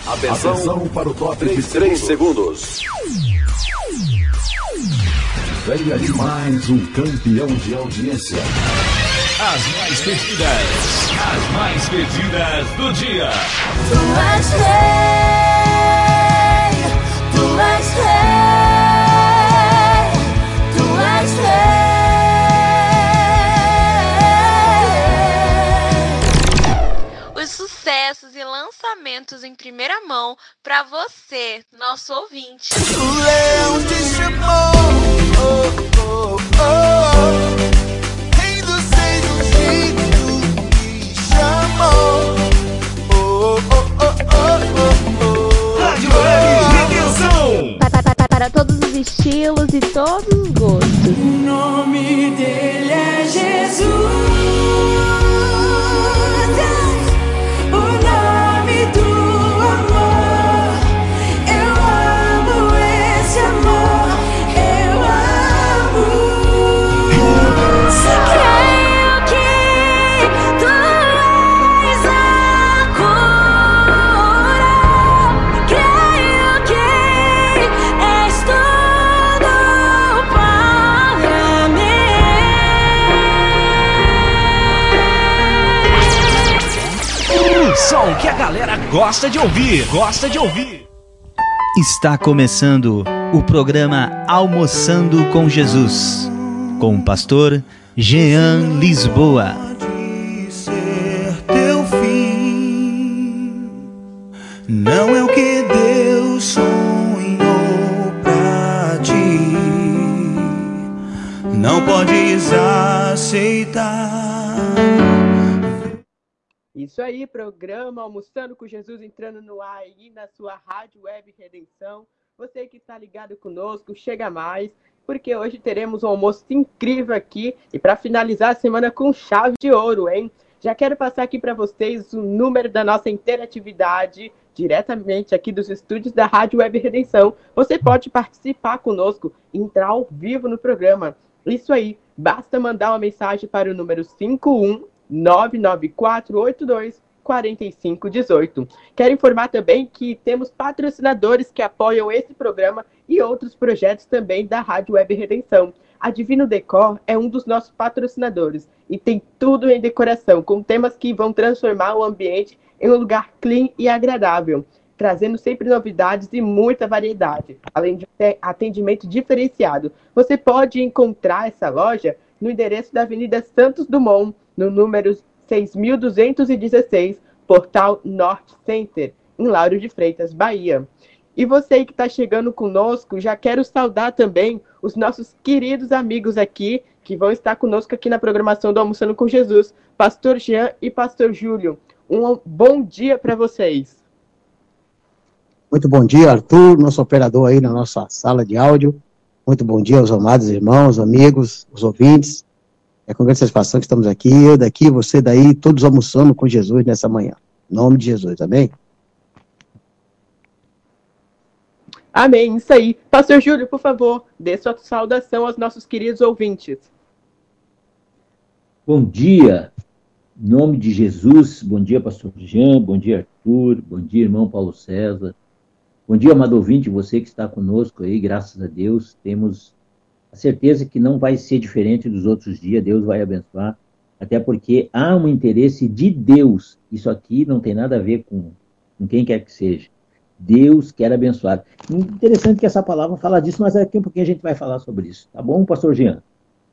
Atenção para o top de 3 segundos. Venha de mais um campeão de audiência. As mais pedidas do dia. Tu és rei, tu és rei, tu és rei. Os sucessos e lançamentos em primeira mão para você, nosso ouvinte. O leão te chamou, oh, oh, oh. Rei dos seis, um jeito me chamou, oh, oh, oh, oh, oh. Rádio Web Redenção. Para todos os estilos e todos os gostos. O nome dele é Jesus. Som que a galera gosta de ouvir. Está começando o programa Almoçando com Jesus, com o pastor Jean Lisboa. Pode ser teu fim, não é o que Deus sonhou pra ti, não podes aceitar. Isso aí, programa Almoçando com Jesus entrando no ar aí na sua Rádio Web Redenção. Você que está ligado conosco, chega mais, porque hoje teremos um almoço incrível aqui e para finalizar a semana com chave de ouro, hein? Já quero passar aqui para vocês o número da nossa interatividade diretamente aqui dos estúdios da Rádio Web Redenção. Você pode participar conosco, entrar ao vivo no programa. Isso aí, basta mandar uma mensagem para o número 51994824518. Quero informar também que temos patrocinadores que apoiam esse programa e outros projetos também da Rádio Web Redenção. A Divino Decor é um dos nossos patrocinadores e tem tudo em decoração, com temas que vão transformar o ambiente em um lugar clean e agradável, trazendo sempre novidades e muita variedade, além de ter atendimento diferenciado. Você pode encontrar essa loja no endereço da Avenida Santos Dumont, no número 6.216, Portal Norte Center, em Lauro de Freitas, Bahia. E você que está chegando conosco, já quero saudar também os nossos queridos amigos aqui, que vão estar conosco aqui na programação do Almoçando com Jesus, Pastor Jean e Pastor Júlio. Um bom dia para vocês. Muito bom dia, Arthur, nosso operador aí na nossa sala de áudio. Muito bom dia aos amados irmãos, amigos, os ouvintes. É com grande satisfação que estamos aqui, eu daqui, você daí, todos almoçando com Jesus nessa manhã. Em nome de Jesus, amém? Amém, isso aí. Pastor Júlio, por favor, dê sua saudação aos nossos queridos ouvintes. Bom dia, em nome de Jesus, bom dia, pastor Jean, bom dia, Arthur, bom dia, irmão Paulo César, bom dia, amado ouvinte, você que está conosco aí, graças a Deus, temos a certeza que não vai ser diferente dos outros dias, Deus vai abençoar, até porque há um interesse de Deus, isso aqui não tem nada a ver com quem quer que seja, Deus quer abençoar. Interessante que essa palavra fala disso, mas daqui a pouquinho a gente vai falar sobre isso, tá bom, pastor Jean?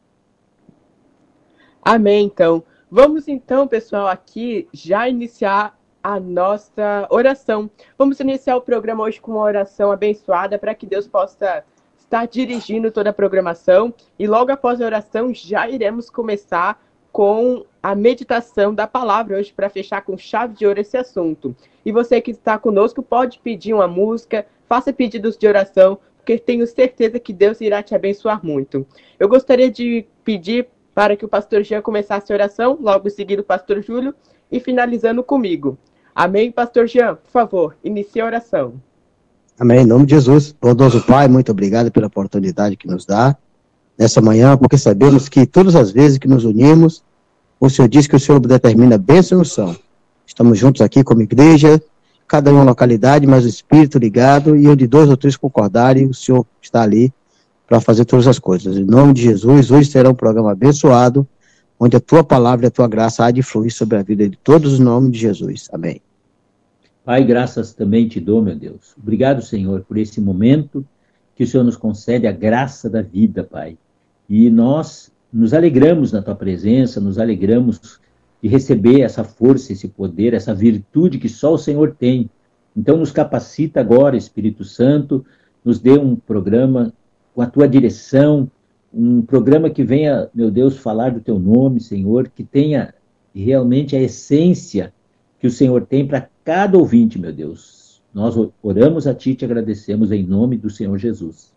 Amém, então. Vamos então, pessoal, aqui já iniciar a nossa oração. Vamos iniciar o programa hoje com uma oração abençoada para que Deus possa estar dirigindo toda a programação. E logo após a oração já iremos começar com a meditação da palavra hoje para fechar com chave de ouro esse assunto. E você que está conosco pode pedir uma música, faça pedidos de oração, porque tenho certeza que Deus irá te abençoar muito. Eu gostaria de pedir para que o pastor Jean começasse a oração, logo em seguida o pastor Júlio, e finalizando comigo. Amém, pastor Jean? Por favor, inicie a oração. Amém, em nome de Jesus. Bondoso Pai, muito obrigado pela oportunidade que nos dá nessa manhã, porque sabemos que todas as vezes que nos unimos, o Senhor diz que o Senhor determina bênção e unção. Estamos juntos aqui como igreja, cada uma localidade, mas o Espírito ligado, e onde 2 ou 3 concordarem, o Senhor está ali para fazer todas as coisas. Em nome de Jesus, hoje será um programa abençoado, onde a tua palavra e a tua graça há de fluir sobre a vida de todos, os nomes de Jesus. Amém. Pai, graças também te dou, meu Deus. Obrigado, Senhor, por esse momento que o Senhor nos concede a graça da vida, Pai. E nós nos alegramos na tua presença, nos alegramos de receber essa força, esse poder, essa virtude que só o Senhor tem. Então nos capacita agora, Espírito Santo, nos dê um programa com a tua direção, um programa que venha, meu Deus, falar do teu nome, Senhor, que tenha realmente a essência que o Senhor tem para cada ouvinte, meu Deus. Nós oramos a ti e te agradecemos em nome do Senhor Jesus.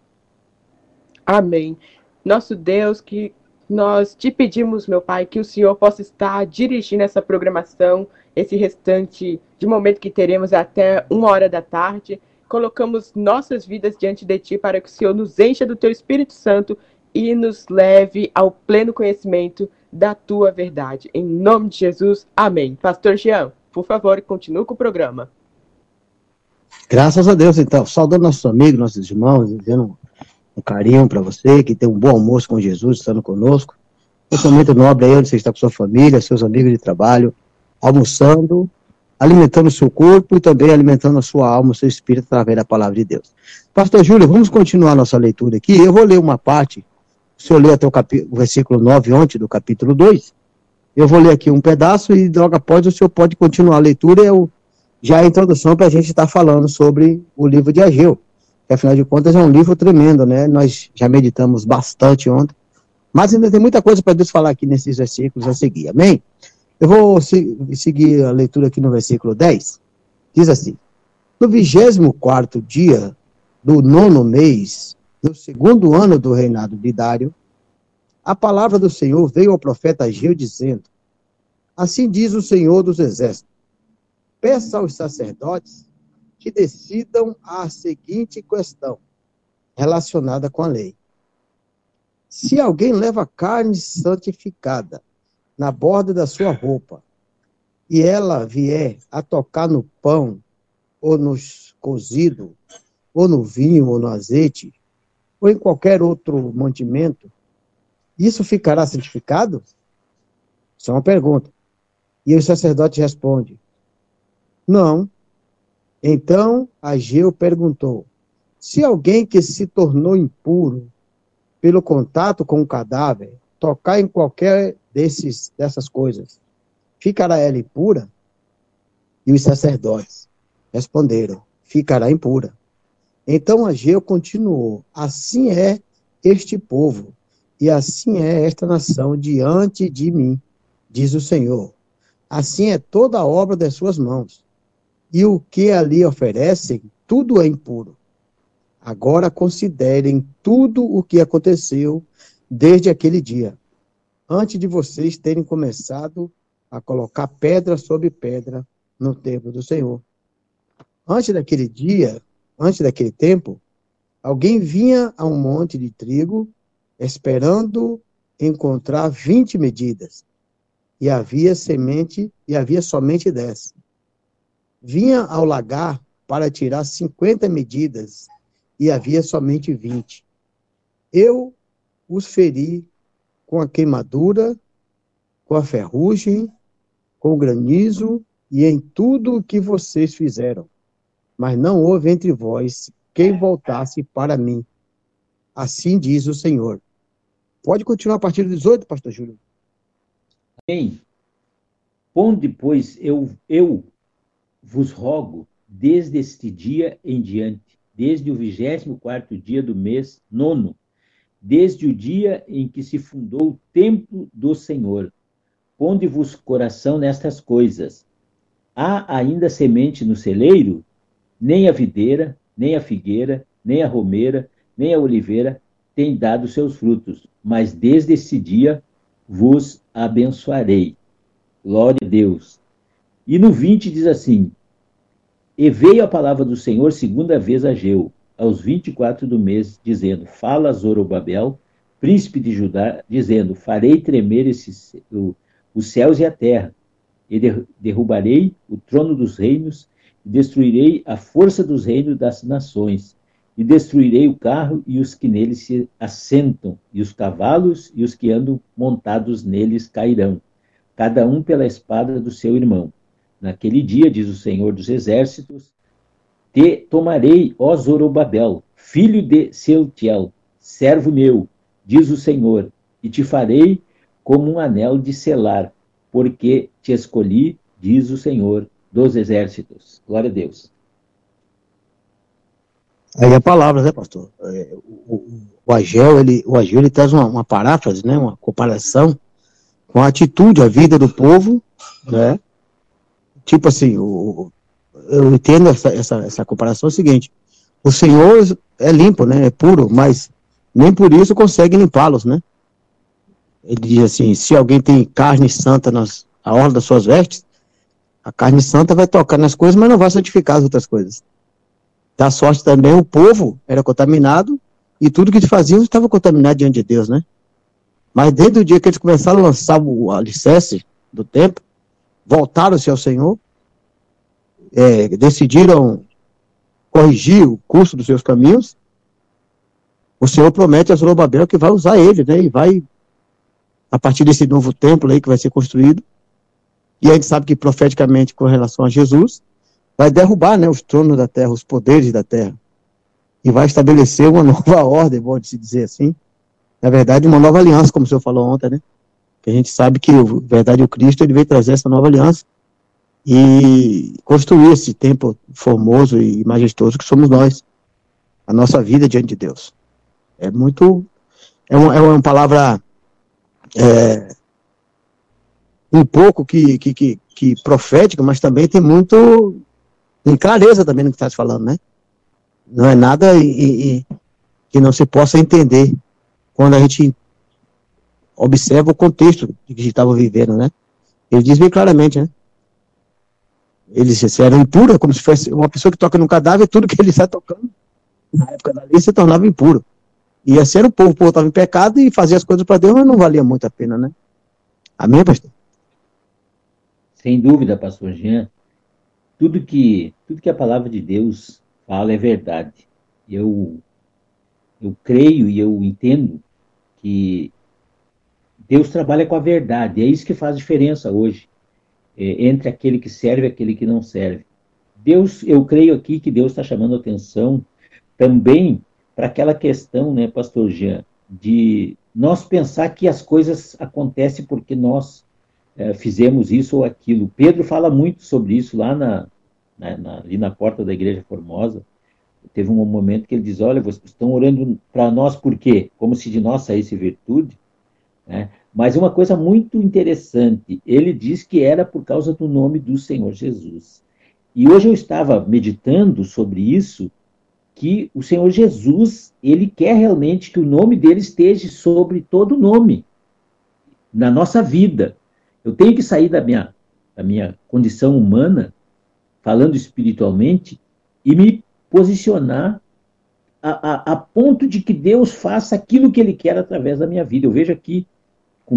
Amém. Nosso Deus, que nós te pedimos, meu Pai, que o Senhor possa estar dirigindo essa programação, esse restante de momento que teremos até 1h da tarde. Colocamos nossas vidas diante de ti para que o Senhor nos encha do teu Espírito Santo e nos leve ao pleno conhecimento da tua verdade. Em nome de Jesus, amém. Pastor Jean, por favor, continue com o programa. Graças a Deus, então. Saudando nossos amigos, nossos irmãos, dizendo um carinho para você, que tem um bom almoço com Jesus, estando conosco. Um momento nobre aí, onde você está com sua família, seus amigos de trabalho, almoçando, alimentando o seu corpo e também alimentando a sua alma, o seu espírito, através da palavra de Deus. Pastor Júlio, vamos continuar nossa leitura aqui. Eu vou ler uma parte, o senhor lê até o versículo 9 ontem do capítulo 2. Eu vou ler aqui um pedaço e logo após o senhor pode continuar a leitura. Já a introdução para a gente estar falando sobre o livro de Ageu, que afinal de contas é um livro tremendo, né? Nós já meditamos bastante ontem, mas ainda tem muita coisa para Deus falar aqui nesses versículos a seguir, amém? Eu vou seguir a leitura aqui no versículo 10, diz assim: no 24º dia do 9º mês, no 2º ano do reinado de Dário, a palavra do Senhor veio ao profeta Ageu dizendo: assim diz o Senhor dos Exércitos, peça aos sacerdotes que decidam a seguinte questão relacionada com a lei. Se alguém leva carne santificada na borda da sua roupa e ela vier a tocar no pão, ou no cozido, ou no vinho, ou no azeite, ou em qualquer outro mantimento, isso ficará santificado? Isso é uma pergunta. E o sacerdote responde: não. Então Ageu perguntou: se alguém que se tornou impuro pelo contato com o cadáver tocar em qualquer dessas coisas, ficará ela impura? E os sacerdotes responderam: ficará impura. Então Ageu continuou: assim é este povo, e assim é esta nação diante de mim, diz o Senhor. Assim é toda a obra das suas mãos. E o que ali oferecem, tudo é impuro. Agora considerem tudo o que aconteceu desde aquele dia, antes de vocês terem começado a colocar pedra sobre pedra no templo do Senhor. Antes daquele dia, antes daquele tempo, alguém vinha a um monte de trigo, esperando encontrar 20 medidas, e havia somente 10. Vinha ao lagar para tirar 50 medidas, e havia somente 20. Eu os feri com a queimadura, com a ferrugem, com o granizo, e em tudo o que vocês fizeram. Mas não houve entre vós quem voltasse para mim. Assim diz o Senhor. Pode continuar a partir do 18, pastor Júlio. Amém. Ponde, pois, eu vos rogo, desde este dia em diante, desde o 24º dia do mês 9, desde o dia em que se fundou o templo do Senhor, ponde-vos coração nestas coisas. Há ainda semente no celeiro? Nem a videira, nem a figueira, nem a romeira, nem a oliveira tem dado seus frutos, mas desde esse dia vos abençoarei. Glória a Deus. E no 20 diz assim: e veio a palavra do Senhor segunda vez a Ageu, aos 24 do mês, dizendo: fala a Zorobabel, príncipe de Judá, dizendo: farei tremer os céus e a terra, e derrubarei o trono dos reinos, destruirei a força dos reinos das nações, e destruirei o carro e os que nele se assentam, e os cavalos e os que andam montados neles cairão, cada um pela espada do seu irmão. Naquele dia, diz o Senhor dos Exércitos, te tomarei, ó Zorobabel, filho de Sealtiel, servo meu, diz o Senhor, e te farei como um anel de selar, porque te escolhi, diz o Senhor dos Exércitos. Glória a Deus. Aí a palavra, né, pastor? O Ageu, ele traz uma paráfrase, né, uma comparação com a atitude, a vida do povo, né? Tipo assim, eu entendo essa comparação é o seguinte: o Senhor é limpo, né, é puro, mas nem por isso consegue limpá-los, né? Ele diz assim: se alguém tem carne santa a orla das suas vestes, a carne santa vai tocar nas coisas, mas não vai santificar as outras coisas. Da sorte também, o povo era contaminado, e tudo que eles faziam estava contaminado diante de Deus, né? Mas desde o dia que eles começaram a lançar o alicerce do templo, voltaram-se ao Senhor, decidiram corrigir o curso dos seus caminhos, o Senhor promete a Zorobabel que vai usar ele, né? E vai, a partir desse novo templo aí que vai ser construído, e a gente sabe que profeticamente com relação a Jesus, vai derrubar, né, os tronos da terra, os poderes da terra, e vai estabelecer uma nova ordem, pode-se dizer assim, na verdade uma nova aliança, como o senhor falou ontem, né, que a gente sabe que, na verdade, o Cristo, ele veio trazer essa nova aliança, e construir esse templo formoso e majestoso que somos nós, a nossa vida diante de Deus. É uma palavra, um pouco que profética, mas também tem muito, tem clareza também no que está se falando, né? Não é nada que não se possa entender quando a gente observa o contexto que a gente estava vivendo, né? Ele diz bem claramente, né? Eles eram impuros, como se fosse uma pessoa que toca num cadáver, tudo que ele está tocando, na época da lei, se tornava impuro. E assim era o povo estava em pecado e fazia as coisas para Deus, mas não valia muito a pena, né? Amém, pastor? Sem dúvida, pastor Jean, tudo que a palavra de Deus fala é verdade. Eu creio e eu entendo que Deus trabalha com a verdade. É isso que faz diferença hoje, entre aquele que serve e aquele que não serve. Eu creio aqui que Deus está chamando atenção também para aquela questão, né, pastor Jean, de nós pensar que as coisas acontecem porque nós fizemos isso ou aquilo. Pedro fala muito sobre isso lá ali na porta da Igreja Formosa. Teve um momento que ele diz: olha, vocês estão orando para nós por quê? Como se de nós saísse virtude, né? Mas uma coisa muito interessante, ele diz que era por causa do nome do Senhor Jesus. E hoje eu estava meditando sobre isso, que o Senhor Jesus, ele quer realmente que o nome dele esteja sobre todo nome na nossa vida. Eu tenho que sair da minha condição humana, falando espiritualmente, e me posicionar a ponto de que Deus faça aquilo que ele quer através da minha vida. Eu vejo aqui com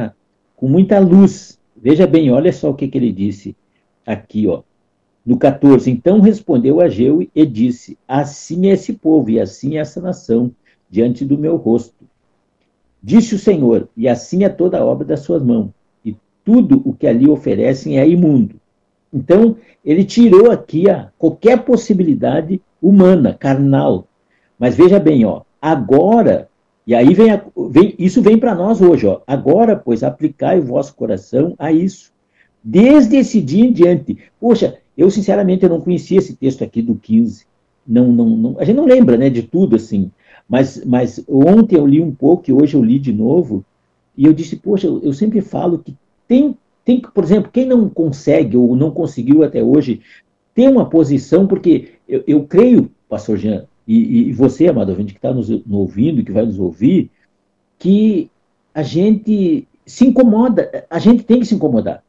muita luz. Veja bem, olha só o que ele disse aqui, ó. No 14, então respondeu Ageu e disse: assim é esse povo e assim é essa nação diante do meu rosto. Disse o Senhor: e assim é toda a obra das suas mãos, e tudo o que ali oferecem é imundo. Então, ele tirou aqui qualquer possibilidade humana, carnal. Mas veja bem, ó, agora, e aí isso vem para nós hoje, ó, agora, pois, aplicai o vosso coração a isso. Desde esse dia em diante. Poxa, eu sinceramente eu não conhecia esse texto aqui do 15. Não, a gente não lembra, né, de tudo assim. Mas ontem eu li um pouco e hoje eu li de novo. E eu disse, poxa, eu sempre falo que tem que, por exemplo, quem não consegue ou não conseguiu até hoje ter uma posição, porque eu creio, pastor Jean, e você, amado ouvinte, que está nos ouvindo, que vai nos ouvir, que a gente se incomoda, a gente tem que se incomodar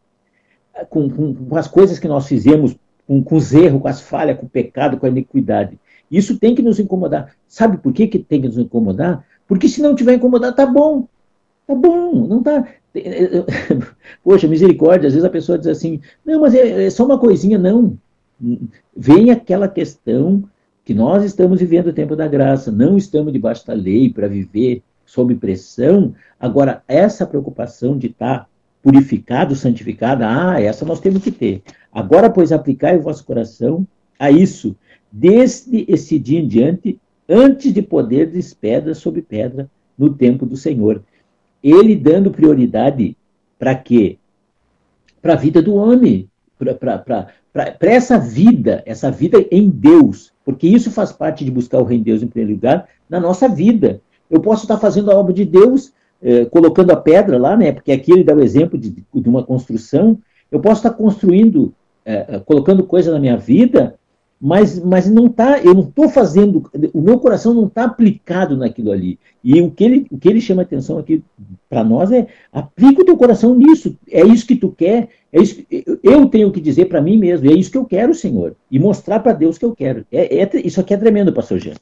com as coisas que nós fizemos, com os erros, com as falhas, com o pecado, com a iniquidade. Isso tem que nos incomodar. Sabe por que tem que nos incomodar? Porque se não tiver incomodado, tá bom, não tá... Poxa, misericórdia, às vezes a pessoa diz assim, não, mas é só uma coisinha, não. vem aquela questão que nós estamos vivendo o tempo da graça, não estamos debaixo da lei para viver sob pressão. Agora, essa preocupação de estar purificado, santificado, essa nós temos que ter. Agora, pois, aplicai o vosso coração a isso, desde esse dia em diante, antes de poderdes pedra sobre pedra no tempo do Senhor. Ele dando prioridade para quê? Para a vida do homem, para essa vida em Deus, porque isso faz parte de buscar o reino de Deus em primeiro lugar na nossa vida. Eu posso estar fazendo a obra de Deus, colocando a pedra lá, né? Porque aqui ele dá o exemplo de uma construção. Eu posso estar construindo, colocando coisa na minha vida, mas não tá, eu não estou fazendo, o meu coração não está aplicado naquilo ali. E o que ele chama atenção aqui para nós é: aplica o teu coração nisso, é isso que tu quer, é isso que eu tenho que dizer para mim mesmo, é isso que eu quero, Senhor, e mostrar para Deus que eu quero. Isso aqui é tremendo, pastor Jean.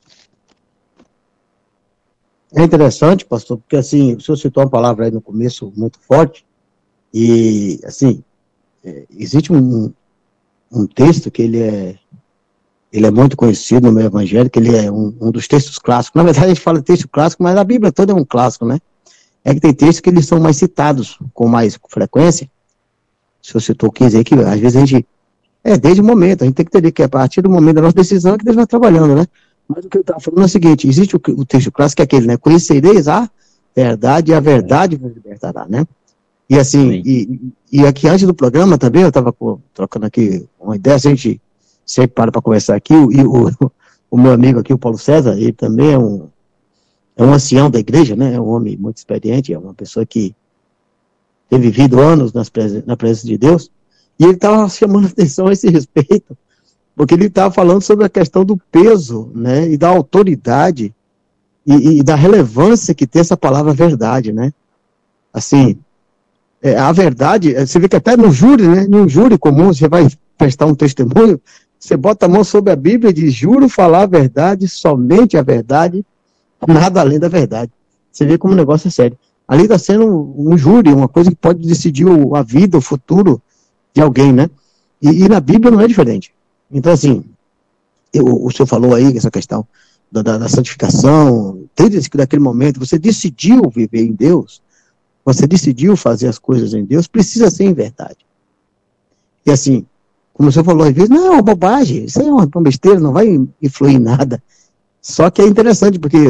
É interessante, pastor, porque assim, o senhor citou uma palavra aí no começo muito forte, e assim, existe um texto que ele é muito conhecido no meio evangélico, ele é um dos textos clássicos. Na verdade, a gente fala de texto clássico, mas a Bíblia toda é um clássico, né? É que tem textos que eles são mais citados com mais frequência. Se eu citou 15 aí, que às vezes a gente, desde o momento, a gente tem que entender que a partir do momento da nossa decisão é que Deus vai trabalhando, né? Mas o que eu estava falando é o seguinte: existe o texto clássico, que é aquele, né? Conhecereis a verdade e a verdade vos libertará, né? E assim, e aqui antes do programa também, eu estava trocando aqui uma ideia, a gente sempre para conversar aqui, e o meu amigo aqui, o Paulo César, ele também é um ancião da igreja, né? É um homem muito experiente, é uma pessoa que tem vivido anos na presença de Deus, e ele estava chamando atenção a esse respeito, porque ele estava falando sobre a questão do peso, né? E da autoridade, e da relevância que tem essa palavra verdade, né? Assim, a verdade, você vê que até no júri, né? Num júri comum, você vai prestar um testemunho, você bota a mão sobre a Bíblia e diz: juro falar a verdade, somente a verdade, nada além da verdade. Você vê como o negócio é sério. Ali está sendo um júri, uma coisa que pode decidir a vida, o futuro de alguém, né? E na Bíblia não é diferente. Então, assim, o senhor falou aí essa questão da santificação, desde daquele momento, você decidiu viver em Deus, você decidiu fazer as coisas em Deus, precisa ser em verdade. E assim, como o senhor falou, às vezes, não, é uma bobagem, isso é uma besteira, não vai influir em nada. Só que é interessante, porque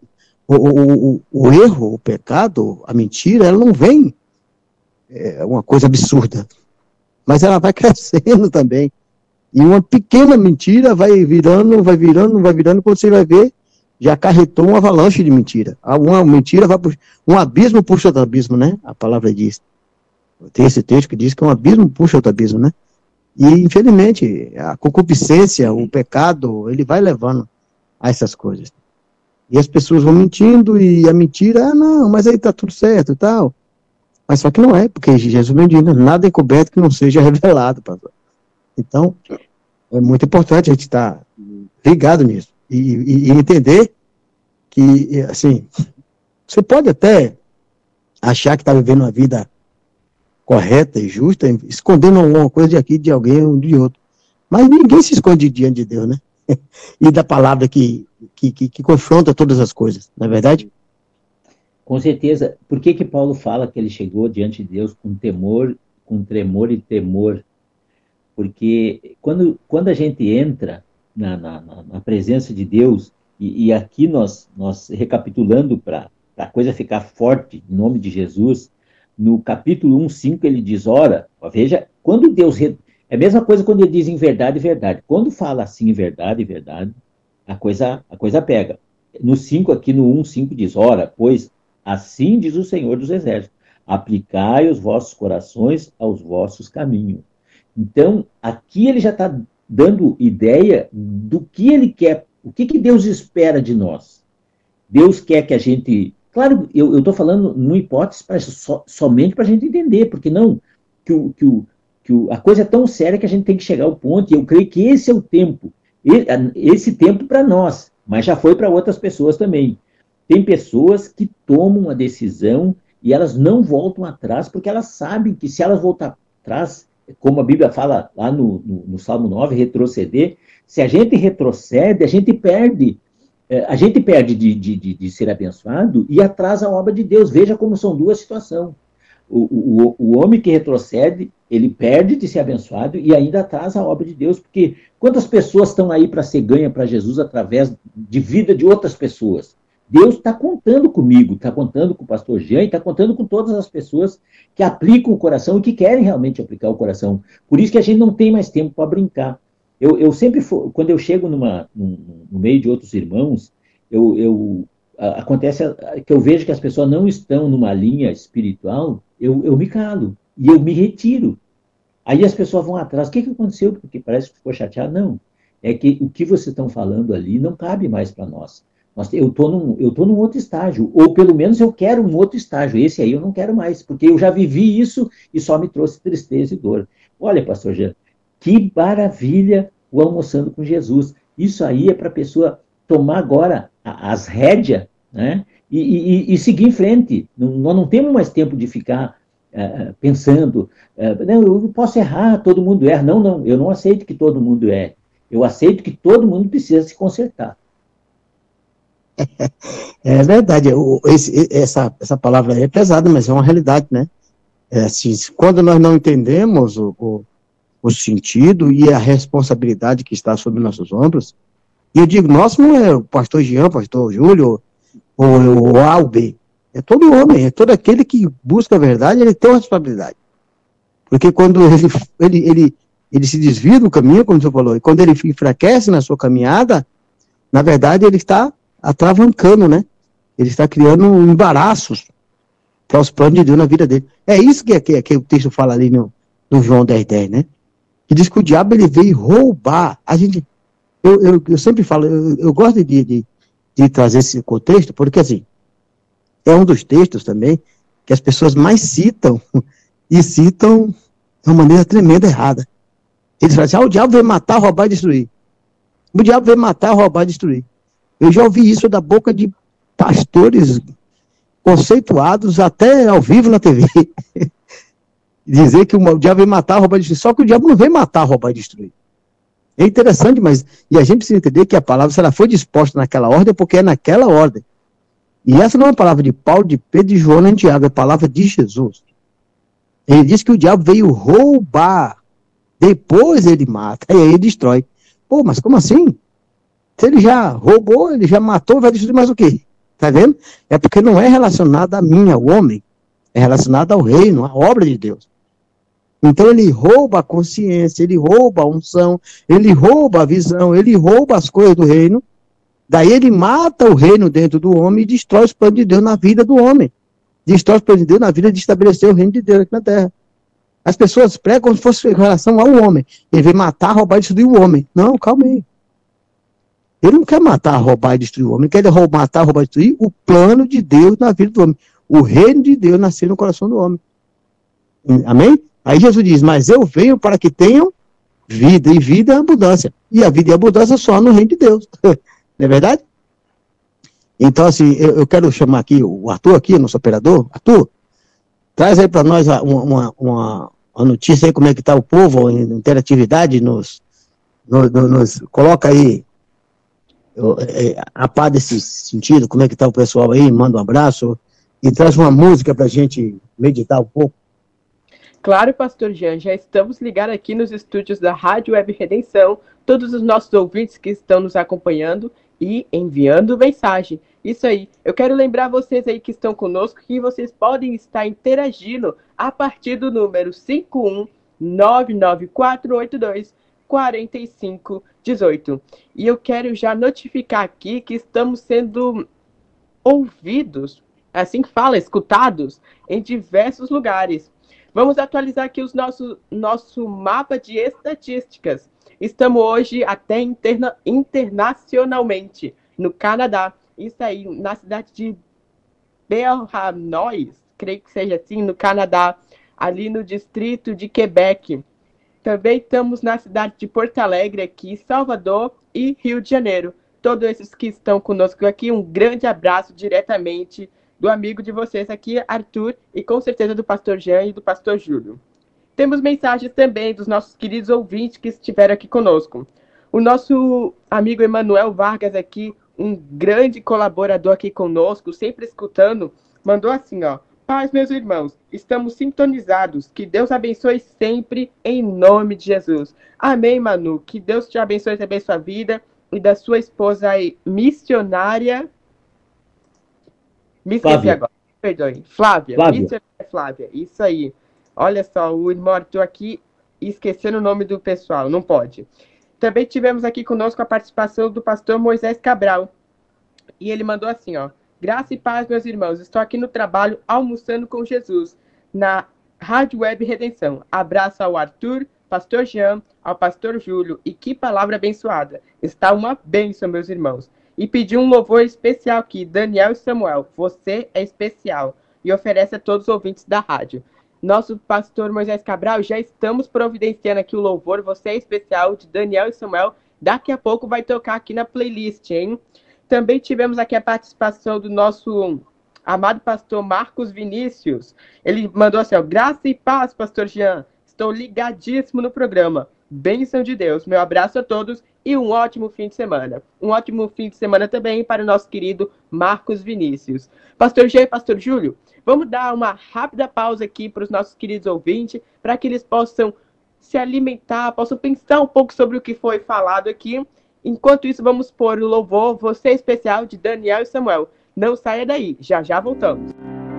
o erro, o pecado, a mentira, ela não vem uma coisa absurda, mas ela vai crescendo também. E uma pequena mentira vai virando, quando você vai ver, já acarretou uma avalanche de mentira. Uma mentira vai um abismo puxa outro abismo, né? A palavra diz. Tem esse texto que diz que um abismo puxa outro abismo, né? E, infelizmente, a concupiscência, o pecado, ele vai levando a essas coisas. E as pessoas vão mentindo, e a mentira, não, mas aí tá tudo certo e tal. Mas só que não é, porque Jesus me diz, nada é encoberto que não seja revelado, pastor. Então, é muito importante a gente estar ligado nisso. E entender que, assim, você pode até achar que está vivendo uma vida correta e justa, escondendo alguma coisa de aqui, de alguém ou de outro. Mas ninguém se esconde diante de Deus, né? E da palavra que confronta todas as coisas, não é verdade? Com certeza. Por que Paulo fala que ele chegou diante de Deus com temor, com tremor e temor? Porque quando a gente entra na presença de Deus, e aqui nós recapitulando para a coisa ficar forte, em nome de Jesus, no capítulo 1:5 ele diz, ora, veja, quando Deus... É a mesma coisa quando ele diz em verdade, verdade. Quando fala assim, em verdade, verdade, a coisa pega. No 5 aqui, no 1:5 diz, ora, pois assim diz o Senhor dos Exércitos, aplicai os vossos corações aos vossos caminhos. Então, aqui ele já está dando ideia do que ele quer, o que Deus espera de nós. Deus quer que a gente... Claro, eu estou falando numa hipótese somente para a gente entender, porque não a coisa é tão séria que a gente tem que chegar ao ponto, e eu creio que esse é o tempo, esse tempo para nós, mas já foi para outras pessoas também. Tem pessoas que tomam uma decisão e elas não voltam atrás, porque elas sabem que se elas voltar atrás, como a Bíblia fala lá no Salmo 9, retroceder. Se a gente retrocede, a gente perde. A gente perde de ser abençoado e atrasa a obra de Deus. Veja como são duas situações. O homem que retrocede, ele perde de ser abençoado e ainda atrasa a obra de Deus, porque quantas pessoas estão aí para ser ganha para Jesus através de vida de outras pessoas? Deus está contando comigo, está contando com o pastor Jean, está contando com todas as pessoas que aplicam o coração e que querem realmente aplicar o coração. Por isso que a gente não tem mais tempo para brincar. Eu sempre, quando eu chego no meio de outros irmãos, acontece que eu vejo que as pessoas não estão numa linha espiritual, eu me calo e eu me retiro. Aí as pessoas vão atrás. O que aconteceu? Porque parece que ficou chateado. Não. É que o que vocês estão falando ali não cabe mais para nós. Eu estou num outro estágio, ou pelo menos eu quero um outro estágio. Esse aí eu não quero mais, porque eu já vivi isso e só me trouxe tristeza e dor. Olha, pastor Jean, que maravilha o Almoçando com Jesus. Isso aí é para a pessoa tomar agora as rédeas, né? E seguir em frente. Nós não temos mais tempo de ficar pensando, não, eu posso errar, todo mundo erra. Não, eu não aceito que todo mundo erre. Eu aceito que todo mundo precisa se consertar. É verdade, essa palavra aí é pesada, mas é uma realidade, né? Assim, quando nós não entendemos o sentido e a responsabilidade que está sobre nossos ombros, e eu digo, nosso não é o pastor Jean, o pastor Júlio, ou o A ou B, é todo homem, é todo aquele que busca a verdade, ele tem uma responsabilidade. Porque quando ele se desvia do caminho, como você falou, e quando ele enfraquece na sua caminhada, na verdade ele está atravancando, né? Ele está criando embaraços para os planos de Deus na vida dele. É isso que o texto fala ali no João 10:10, né? Que diz que o diabo ele veio roubar. Eu sempre falo, eu gosto de trazer esse contexto, porque assim, é um dos textos também que as pessoas mais citam, e citam de uma maneira tremenda errada. Eles falam assim, o diabo veio matar, roubar e destruir. O diabo veio matar, roubar e destruir. Eu já ouvi isso da boca de pastores conceituados, até ao vivo na TV. Dizer que o diabo veio matar, roubar e destruir. Só que o diabo não veio matar, roubar e destruir. É interessante, mas e a gente precisa entender que a palavra, se ela foi disposta naquela ordem, é porque é naquela ordem. E essa não é uma palavra de Paulo, de Pedro, de João, nem de Tiago, é a palavra de Jesus. Ele diz que o diabo veio roubar, depois ele mata, e aí ele destrói. Pô, mas como assim? Se ele já roubou, ele já matou, vai destruir mais o quê? Tá vendo? É porque não é relacionado a mim, ao homem. É relacionado ao reino, à obra de Deus. Então ele rouba a consciência, ele rouba a unção, ele rouba a visão, ele rouba as coisas do reino. Daí ele mata o reino dentro do homem e destrói os planos de Deus na vida do homem. Destrói os planos de Deus na vida de estabelecer o reino de Deus aqui na terra. As pessoas pregam como se fosse em relação ao homem. Ele vem matar, roubar e destruir o homem. Não, calma aí. Ele não quer matar, roubar e destruir o homem. Ele quer matar, roubar e destruir o plano de Deus na vida do homem. O reino de Deus nascer no coração do homem. Amém? Aí Jesus diz, mas eu venho para que tenham vida, e vida é abundância. E a vida e a abundância só no reino de Deus. Não é verdade? Então, assim, eu quero chamar aqui o Arthur, aqui, nosso operador. Arthur, traz aí para nós uma notícia aí, como é que está o povo, em interatividade, coloca aí a par desse sentido, como é que está o pessoal aí, manda um abraço e traz uma música para a gente meditar um pouco. Claro, pastor Jean, já estamos ligados aqui nos estúdios da Rádio Web Redenção, todos os nossos ouvintes que estão nos acompanhando e enviando mensagem. Isso aí, eu quero lembrar vocês aí que estão conosco que vocês podem estar interagindo a partir do número 51994824518. E eu quero já notificar aqui que estamos sendo ouvidos, assim que fala, escutados, em diversos lugares. Vamos atualizar aqui o nosso mapa de estatísticas. Estamos hoje até internacionalmente no Canadá. Isso aí, na cidade de Beauharnois, creio que seja assim, no Canadá, ali no distrito de Quebec. Também estamos na cidade de Porto Alegre, aqui, Salvador e Rio de Janeiro. Todos esses que estão conosco aqui, um grande abraço diretamente do amigo de vocês aqui, Arthur, e com certeza do pastor Jean e do pastor Júlio. Temos mensagens também dos nossos queridos ouvintes que estiveram aqui conosco. O nosso amigo Emanuel Vargas aqui, um grande colaborador aqui conosco, sempre escutando, mandou assim, ó: paz, meus irmãos, estamos sintonizados, que Deus abençoe sempre, em nome de Jesus. Amém, Manu, que Deus te abençoe também sua vida e da sua esposa aí, missionária... Me esqueci Flávia. agora, perdoe. Flávia. Missionária Flávia, isso aí. Olha só, o irmão Arthur aqui esquecendo o nome do pessoal, não pode. Também tivemos aqui conosco a participação do pastor Moisés Cabral. E ele mandou assim, ó: graça e paz, meus irmãos. Estou aqui no trabalho, almoçando com Jesus, na Rádio Web Redenção. Abraço ao Arthur, pastor Jean, ao pastor Júlio. E que palavra abençoada. Está uma bênção, meus irmãos. E pediu um louvor especial aqui, Daniel e Samuel. Você é especial. E oferece a todos os ouvintes da rádio. Nosso pastor Moisés Cabral, já estamos providenciando aqui o louvor. Você é especial, de Daniel e Samuel. Daqui a pouco vai tocar aqui na playlist, hein? Também tivemos aqui a participação do nosso amado pastor Marcos Vinícius. Ele mandou assim, ó: graça e paz, pastor Jean. Estou ligadíssimo no programa. Bênção de Deus. Meu abraço a todos e um ótimo fim de semana. Um ótimo fim de semana também para o nosso querido Marcos Vinícius. Pastor Jean e pastor Júlio, vamos dar uma rápida pausa aqui para os nossos queridos ouvintes, para que eles possam se alimentar, possam pensar um pouco sobre o que foi falado aqui. Enquanto isso, vamos pôr o louvor Você é Especial, de Daniel e Samuel. Não saia daí, já já voltamos.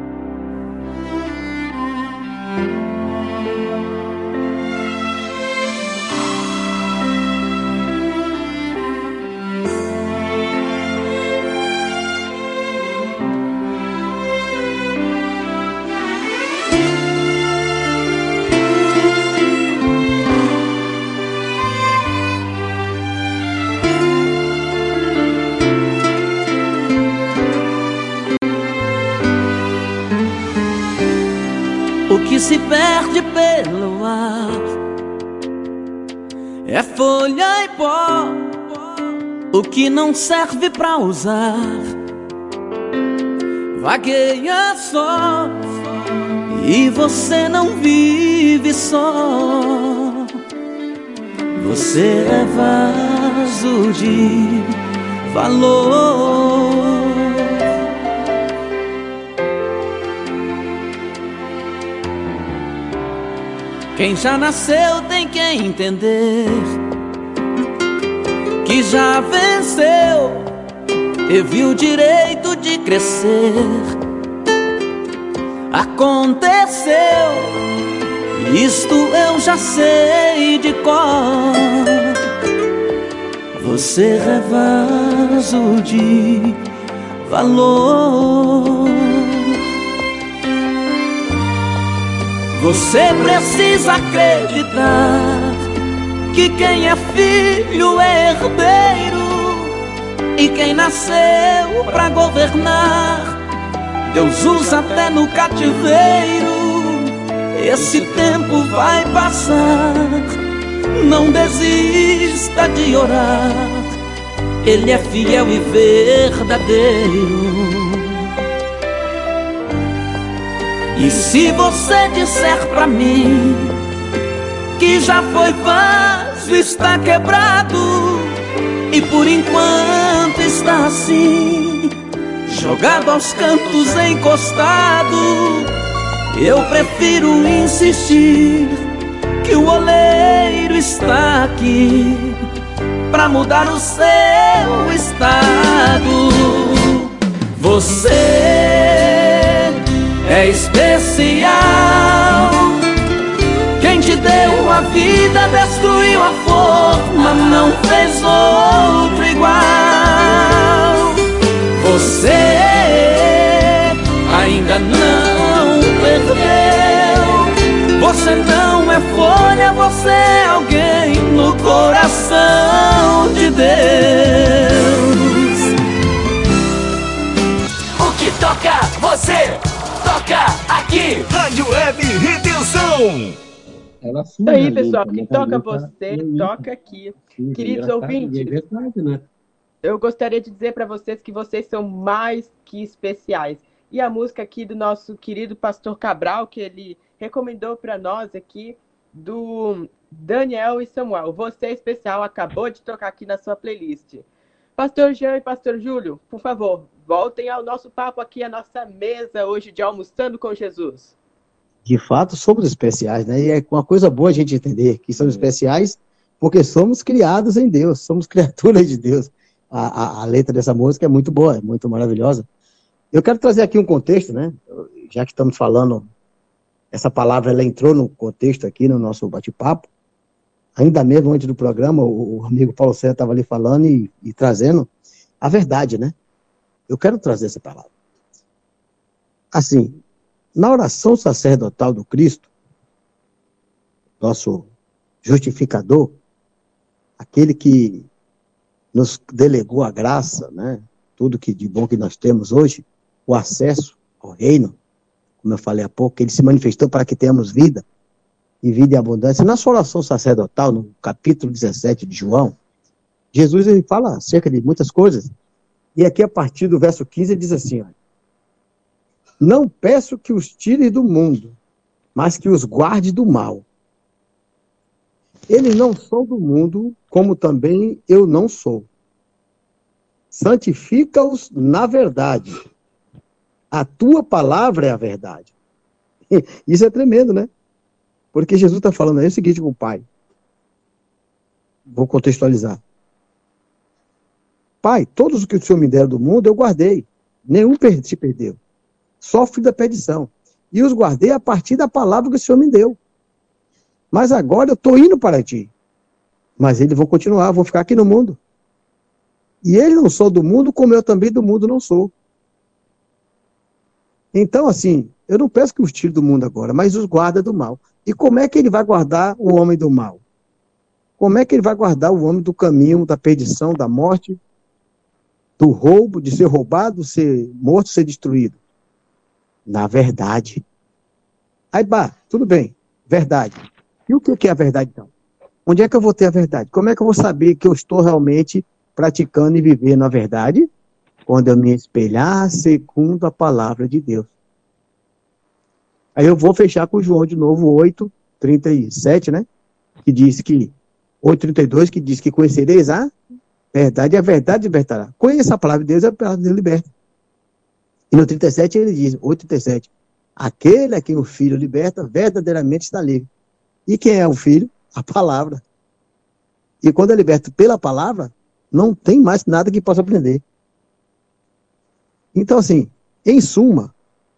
O que se perde pelo ar é folha e pó, o que não serve pra usar vagueia só, e você não vive só. Você é vaso de valor. Quem já nasceu tem que entender que já venceu, teve o direito de crescer. Aconteceu, isto eu já sei de cor. Você é vaso de valor. Você precisa acreditar que quem é filho é herdeiro, e quem nasceu pra governar Deus usa até no cativeiro. Esse tempo vai passar, não desista de orar. Ele é fiel e verdadeiro. E se você disser pra mim que já foi vaso, está quebrado, e por enquanto está assim, jogado aos cantos, encostado, eu prefiro insistir que o oleiro está aqui pra mudar o seu estado. Você é especial. Quem te deu a vida destruiu a forma, não fez outro igual. Você ainda não perdeu. Você não é folha, você é alguém no coração de Deus. O que toca você? Toca aqui, Rádio Web Redenção. Isso aí, pessoal, que toca você, toca aqui. Queridos ouvintes, eu gostaria de dizer para vocês que vocês são mais que especiais. E a música aqui do nosso querido pastor Cabral, que ele recomendou para nós aqui, do Daniel e Samuel. Você é especial acabou de tocar aqui na sua playlist. Pastor Jean e Pastor Júlio, por favor, voltem ao nosso papo aqui, à nossa mesa hoje de Almoçando com Jesus. De fato, somos especiais, né? E é uma coisa boa a gente entender que somos especiais porque somos criados em Deus, somos criaturas de Deus. A letra dessa música é muito boa, é muito maravilhosa. Eu quero trazer aqui um contexto, né? Já que estamos falando, essa palavra ela entrou no contexto aqui no nosso bate-papo. Ainda mesmo antes do programa, o amigo Paulo César estava ali falando e trazendo a verdade, né? Eu quero trazer essa palavra. Assim, na oração sacerdotal do Cristo, nosso justificador, aquele que nos delegou a graça, né? Tudo que de bom que nós temos hoje, o acesso ao reino, como eu falei há pouco, ele se manifestou para que tenhamos vida, e vida em abundância. Na sua oração sacerdotal, no capítulo 17 de João, Jesus ele fala acerca de muitas coisas, e aqui a partir do verso 15 ele diz assim, olha, não peço que os tire do mundo, mas que os guarde do mal. Eles não são do mundo, como também eu não sou. Santifica-os na verdade. A tua palavra é a verdade. Isso é tremendo, né? Porque Jesus está falando aí o seguinte com o Pai. Vou contextualizar. Pai, todos os que o Senhor me deram do mundo, eu guardei. Nenhum se perdeu. Só fui da perdição. E os guardei a partir da palavra que o Senhor me deu. Mas agora eu estou indo para ti. Mas eles vão continuar, vão ficar aqui no mundo. E eles não são do mundo, como eu também do mundo não sou. Então, assim, eu não peço que os tire do mundo agora, mas os guarda do mal. E como é que ele vai guardar o homem do mal? Como é que ele vai guardar o homem do caminho, da perdição, da morte, do roubo, de ser roubado, ser morto, ser destruído? Na verdade. Aí, tudo bem, verdade. E o que é a verdade, então? Onde é que eu vou ter a verdade? Como é que eu vou saber que eu estou realmente praticando e vivendo a verdade? Quando eu me espelhar segundo a palavra de Deus. Aí eu vou fechar com João de novo, 8:37, né? Que diz que, 8:32, que diz que conhecereis a verdade e a verdade libertará. Conheça a palavra de Deus e a palavra de Deus liberta. E no 37 ele diz, 8:37, aquele a quem o Filho liberta, verdadeiramente está livre. E quem é o Filho? A palavra. E quando é liberto pela palavra, não tem mais nada que possa aprender. Então, assim, em suma,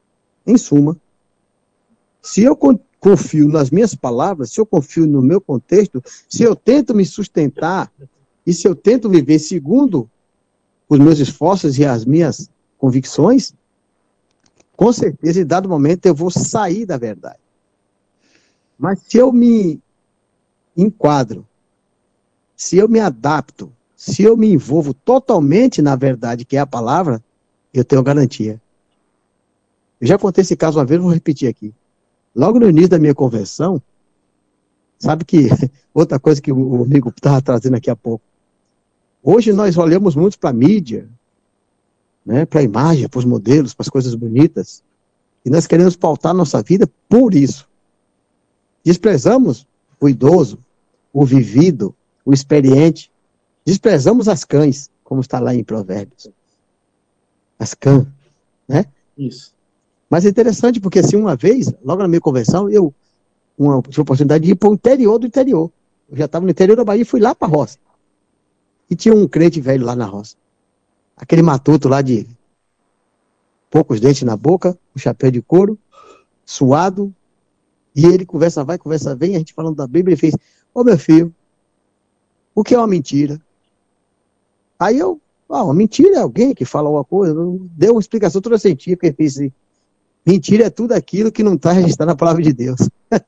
se eu confio nas minhas palavras, se eu confio no meu contexto, se eu tento me sustentar e se eu tento viver segundo os meus esforços e as minhas convicções, com certeza, em dado momento, eu vou sair da verdade. Mas se eu me enquadro, se eu me adapto, se eu me envolvo totalmente na verdade, que é a palavra, eu tenho garantia. Eu já contei esse caso uma vez, vou repetir aqui. Logo no início da minha conversão, sabe que, outra coisa que o amigo estava trazendo aqui há pouco, hoje nós olhamos muito para a mídia, né, para a imagem, para os modelos, para as coisas bonitas, e nós queremos pautar nossa vida por isso. Desprezamos o idoso, o vivido, o experiente, desprezamos as cães, como está lá em Provérbios. As cãs, né? Isso. Mas é interessante, porque assim, uma vez, logo na minha conversão, eu tive a oportunidade de ir para o interior do interior. Eu já estava no interior da Bahia e fui lá para a roça. E tinha um crente velho lá na roça. Aquele matuto lá de poucos dentes na boca, um chapéu de couro, suado, e ele conversa vai, conversa vem, a gente falando da Bíblia, ele fez, meu filho, o que é uma mentira? Aí uma mentira é alguém que fala alguma coisa, deu uma explicação toda científica, ele fez assim, mentira é tudo aquilo que não está registrado na palavra de Deus.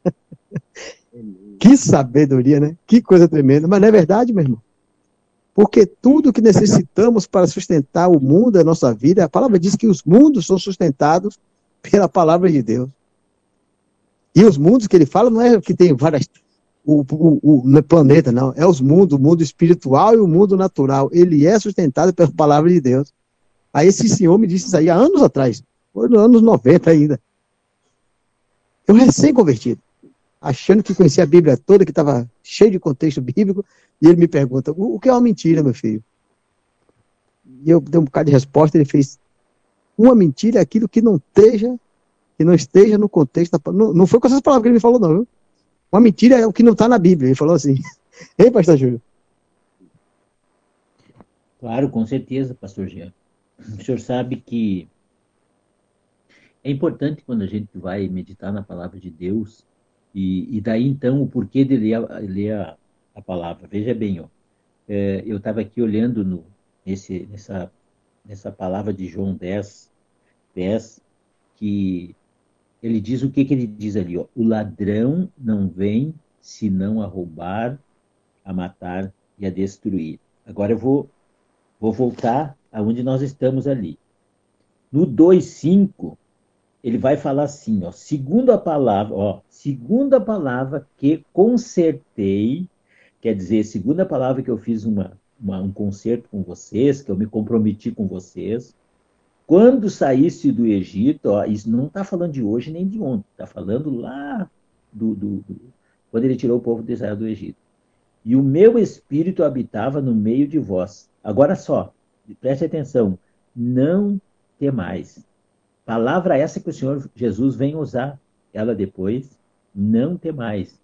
Que sabedoria, né? Que coisa tremenda, mas não é verdade, meu irmão? Porque tudo que necessitamos para sustentar o mundo, a nossa vida, a palavra diz que os mundos são sustentados pela palavra de Deus. E os mundos que ele fala não é que tem várias, no planeta, não. É os mundos, o mundo espiritual e o mundo natural. Ele é sustentado pela palavra de Deus. Aí esse senhor me disse isso aí há anos atrás. Foi nos anos 90 ainda. Eu recém-convertido. achando que conhecia a Bíblia toda, que estava cheio de contexto bíblico, e ele me pergunta, o que é uma mentira, meu filho? E eu dei um bocado de resposta, ele fez, uma mentira é aquilo que não esteja no contexto, não foi com essas palavras que ele me falou, não, viu? Uma mentira é o que não está na Bíblia, ele falou assim. Ei, pastor Júlio? Claro, com certeza, pastor Jean. O senhor sabe que é importante quando a gente vai meditar na palavra de Deus, e daí então o porquê de ler a palavra. Veja bem, ó, eu estava aqui olhando nessa palavra de João 10, que ele diz o que ele diz ali, ó, o ladrão não vem senão a roubar, a matar e a destruir. Agora eu vou voltar aonde nós estamos ali. No 2:5, ele vai falar assim, ó, segundo a palavra que consertei, quer dizer, segundo a palavra que eu fiz um concerto com vocês, que eu me comprometi com vocês, quando saísse do Egito, ó, isso não está falando de hoje nem de ontem, está falando lá quando ele tirou o povo de Israel do Egito. E o meu espírito habitava no meio de vós. Agora só, preste atenção, não temais. Palavra essa que o Senhor Jesus vem usar, ela depois, não temais.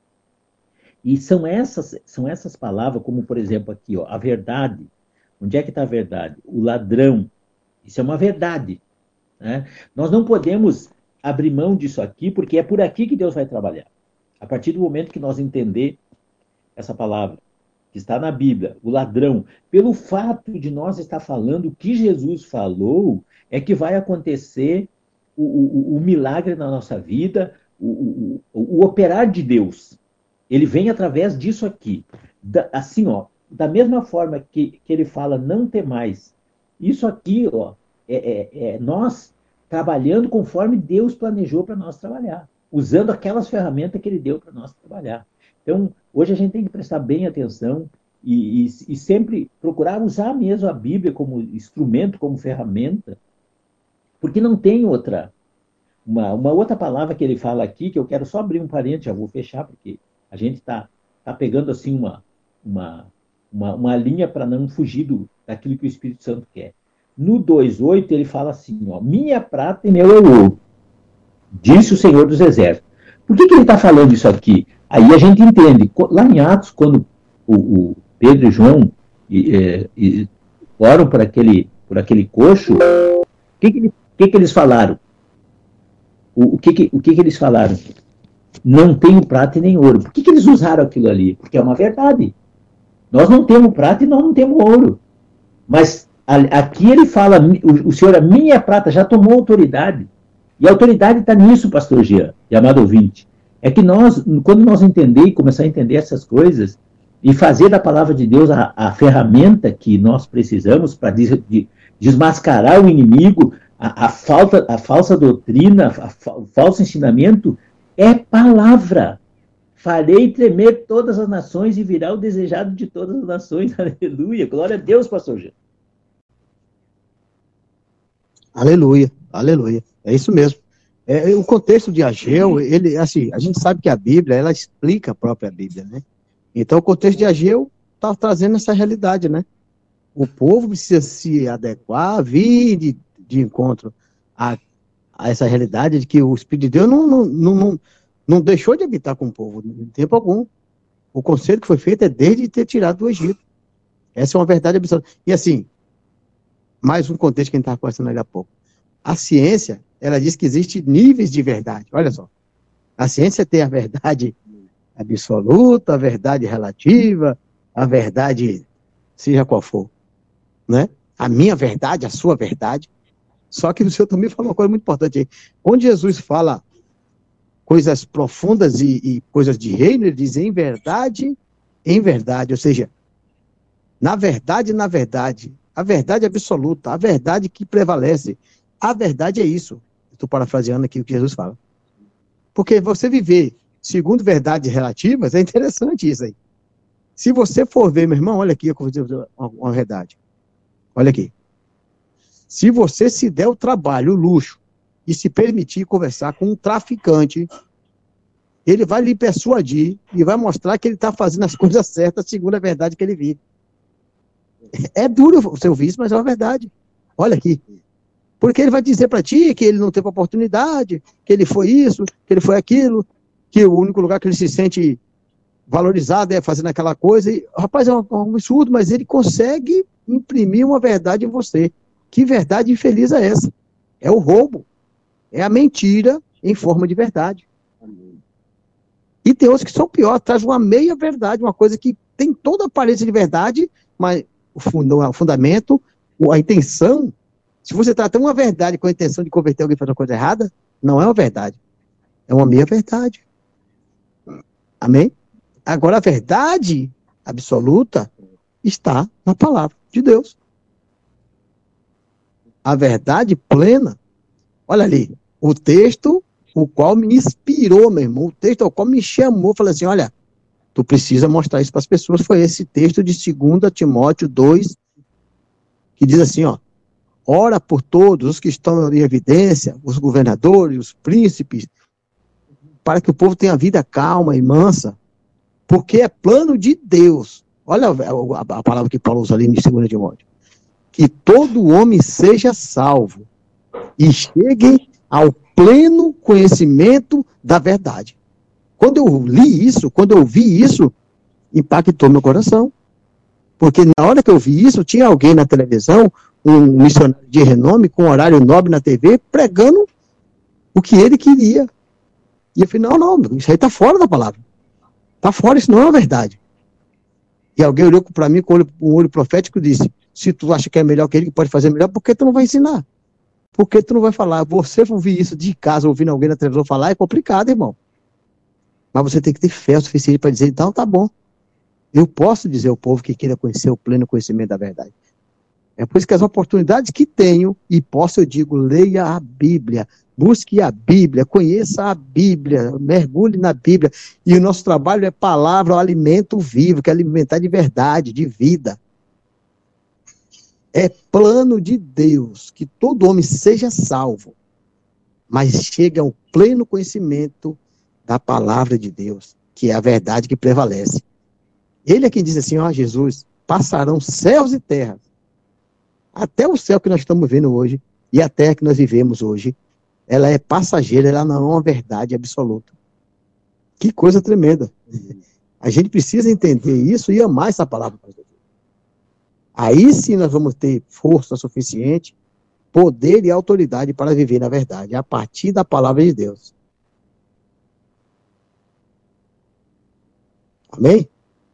E são essas palavras, como por exemplo aqui, ó, a verdade. Onde é que está a verdade? O ladrão. Isso é uma verdade. Né? Nós não podemos abrir mão disso aqui, porque é por aqui que Deus vai trabalhar. A partir do momento que nós entender essa palavra, que está na Bíblia, o ladrão, pelo fato de nós estar falando o que Jesus falou, é que vai acontecer o milagre na nossa vida, o operar de Deus. Ele vem através disso aqui. Assim, ó, da mesma forma que ele fala, não temais. Isso aqui, ó, é nós trabalhando conforme Deus planejou para nós trabalhar, usando aquelas ferramentas que ele deu para nós trabalhar. Então, hoje a gente tem que prestar bem atenção e sempre procurar usar mesmo a Bíblia como instrumento, como ferramenta, porque não tem outra. Uma outra palavra que ele fala aqui, que eu quero só abrir um parênteses, já vou fechar, porque a gente está pegando assim uma linha para não fugir daquilo que o Espírito Santo quer. No 2:8 ele fala assim, ó, minha prata e meu ouro, disse o Senhor dos Exércitos. Por que ele está falando isso aqui? Aí a gente entende. Lá em Atos, quando o Pedro e João oram por aquele coxo, o que eles falaram? O que eles falaram? Não tenho prata e nem ouro. Por que eles usaram aquilo ali? Porque é uma verdade. Nós não temos prata e nós não temos ouro. Mas aqui ele fala, o Senhor, a minha prata, já tomou autoridade. E a autoridade está nisso, pastor Jean, e amado ouvinte. É que quando nós entender e começar a entender essas coisas, e fazer da palavra de Deus a ferramenta que nós precisamos para desmascarar o inimigo, a falsa doutrina, o falso ensinamento, é palavra. Farei tremer todas as nações e virá o desejado de todas as nações. Aleluia. Glória a Deus, pastor Jean. Aleluia, aleluia. É isso mesmo. O contexto de Ageu, assim, a gente sabe que a Bíblia, ela explica a própria Bíblia, né? Então, o contexto de Ageu está trazendo essa realidade, né? O povo precisa se adequar, vir de encontro a essa realidade de que o Espírito de Deus não deixou de habitar com o povo, em tempo algum. O conselho que foi feito é desde ter tirado do Egito. Essa é uma verdade absoluta. E assim, mais um contexto que a gente estava conversando ali há pouco. A ciência, ela diz que existem níveis de verdade. Olha só. A ciência tem a verdade absoluta, a verdade relativa, a verdade, seja qual for. Né? A minha verdade, a sua verdade. Só que o Senhor também falou uma coisa muito importante aí. Onde Jesus fala coisas profundas e coisas de reino, ele diz em verdade, ou seja, na verdade, a verdade absoluta, a verdade que prevalece, a verdade é isso. Estou parafraseando aqui o que Jesus fala. Porque você viver segundo verdades relativas, é interessante isso aí. Se você for ver, meu irmão, olha aqui, eu vou dizer uma verdade. Olha aqui. Se você se der o trabalho, o luxo, e se permitir conversar com um traficante, ele vai lhe persuadir e vai mostrar que ele está fazendo as coisas certas segundo a verdade que ele vive. É duro você ouvir isso, mas é uma verdade. Olha aqui. Porque ele vai dizer para ti que ele não teve oportunidade, que ele foi isso, que ele foi aquilo, que o único lugar que ele se sente valorizado é fazendo aquela coisa. E, rapaz, é um absurdo, mas ele consegue imprimir uma verdade em você. Que verdade infeliz é essa? É o roubo. É a mentira em forma de verdade. E tem outros que são piores, traz uma meia verdade, uma coisa que tem toda a aparência de verdade, mas o fundamento, a intenção, se você trata uma verdade com a intenção de converter alguém para fazer uma coisa errada, não é uma verdade. É uma meia verdade. Amém? Agora, a verdade absoluta está na palavra de Deus. A verdade plena, olha ali, o texto o qual me inspirou, meu irmão, o texto ao qual me chamou, falei assim, olha, tu precisa mostrar isso para as pessoas, foi esse texto de 2 Timóteo 2, que diz assim, ó, ora por todos os que estão em evidência, os governadores, os príncipes, para que o povo tenha vida calma e mansa, porque é plano de Deus, olha a palavra que Paulo usa ali em 2 Timóteo, que todo homem seja salvo e chegue ao pleno conhecimento da verdade. Quando eu li isso, quando eu vi isso, impactou meu coração. Porque na hora que eu vi isso, tinha alguém na televisão, um missionário de renome, com horário nobre na TV, pregando o que ele queria. E eu falei, não, isso aí está fora da palavra. Está fora, isso não é uma verdade. E alguém olhou para mim com um olho profético e disse, se tu acha que é melhor que ele, que pode fazer melhor, por que tu não vai ensinar? Por que tu não vai falar? Você ouvir isso de casa, ouvindo alguém na televisão falar, é complicado, irmão. Mas você tem que ter fé o suficiente para dizer, então tá bom. Eu posso dizer ao povo que queira conhecer o pleno conhecimento da verdade. É por isso que as oportunidades que tenho, e posso, eu digo, leia a Bíblia, busque a Bíblia, conheça a Bíblia, mergulhe na Bíblia. E o nosso trabalho é palavra, o alimento vivo, que é alimentar de verdade, de vida. É plano de Deus que todo homem seja salvo, mas chegue ao pleno conhecimento da palavra de Deus, que é a verdade que prevalece. Ele é quem diz assim, ó, Jesus, passarão céus e terras, até o céu que nós estamos vendo hoje, e a terra que nós vivemos hoje, ela é passageira, ela não é uma verdade absoluta. Que coisa tremenda. A gente precisa entender isso e amar essa palavra. Aí sim nós vamos ter força suficiente, poder e autoridade para viver na verdade, a partir da palavra de Deus. Amém?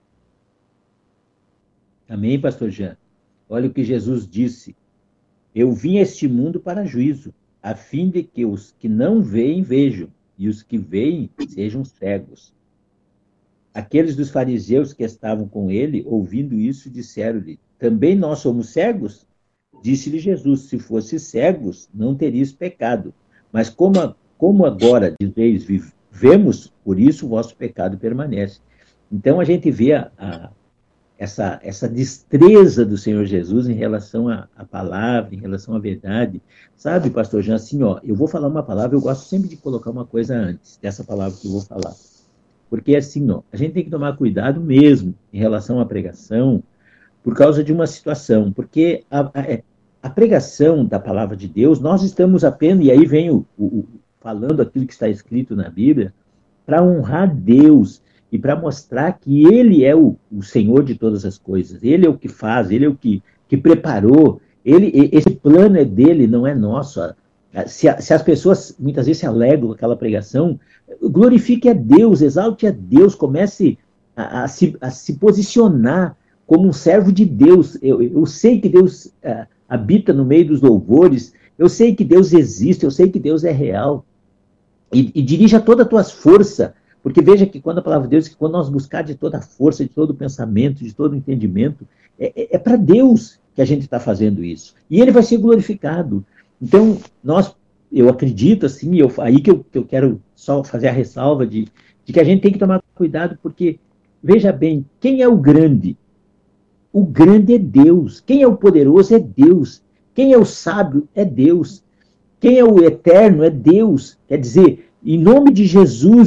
Amém, pastor Jean. Olha o que Jesus disse. Eu vim a este mundo para juízo, a fim de que os que não veem, vejam, e os que veem, sejam cegos. Aqueles dos fariseus que estavam com ele, ouvindo isso, disseram-lhe, também nós somos cegos? Disse-lhe Jesus, se fosse cegos, não terias pecado. Mas como agora, dizeis, vivemos, por isso o vosso pecado permanece. Então a gente vê essa destreza do Senhor Jesus em relação à palavra, em relação à verdade. Sabe, pastor Jean, assim, ó, eu vou falar uma palavra, eu gosto sempre de colocar uma coisa antes dessa palavra que eu vou falar. Porque assim, ó, a gente tem que tomar cuidado mesmo em relação à pregação, por causa de uma situação, porque a pregação da palavra de Deus, nós estamos apenas, e aí vem falando aquilo que está escrito na Bíblia, para honrar Deus e para mostrar que Ele é o Senhor de todas as coisas, Ele é o que faz, Ele é o que preparou, esse plano é dele, não é nosso. Se as pessoas muitas vezes se alegram com aquela pregação, glorifique a Deus, exalte a Deus, comece a se posicionar como um servo de Deus. Eu sei que Deus habita no meio dos louvores, eu sei que Deus existe, eu sei que Deus é real. E dirija toda a tua força, porque veja que quando a palavra de Deus, que quando nós buscar de toda a força, de todo o pensamento, de todo o entendimento, é para Deus que a gente está fazendo isso. E Ele vai ser glorificado. Então, eu acredito, assim, aí que eu quero só fazer a ressalva de que a gente tem que tomar cuidado, porque, veja bem, quem é o grande? O grande é Deus. Quem é o poderoso é Deus. Quem é o sábio é Deus. Quem é o eterno é Deus. Quer dizer, em nome de Jesus,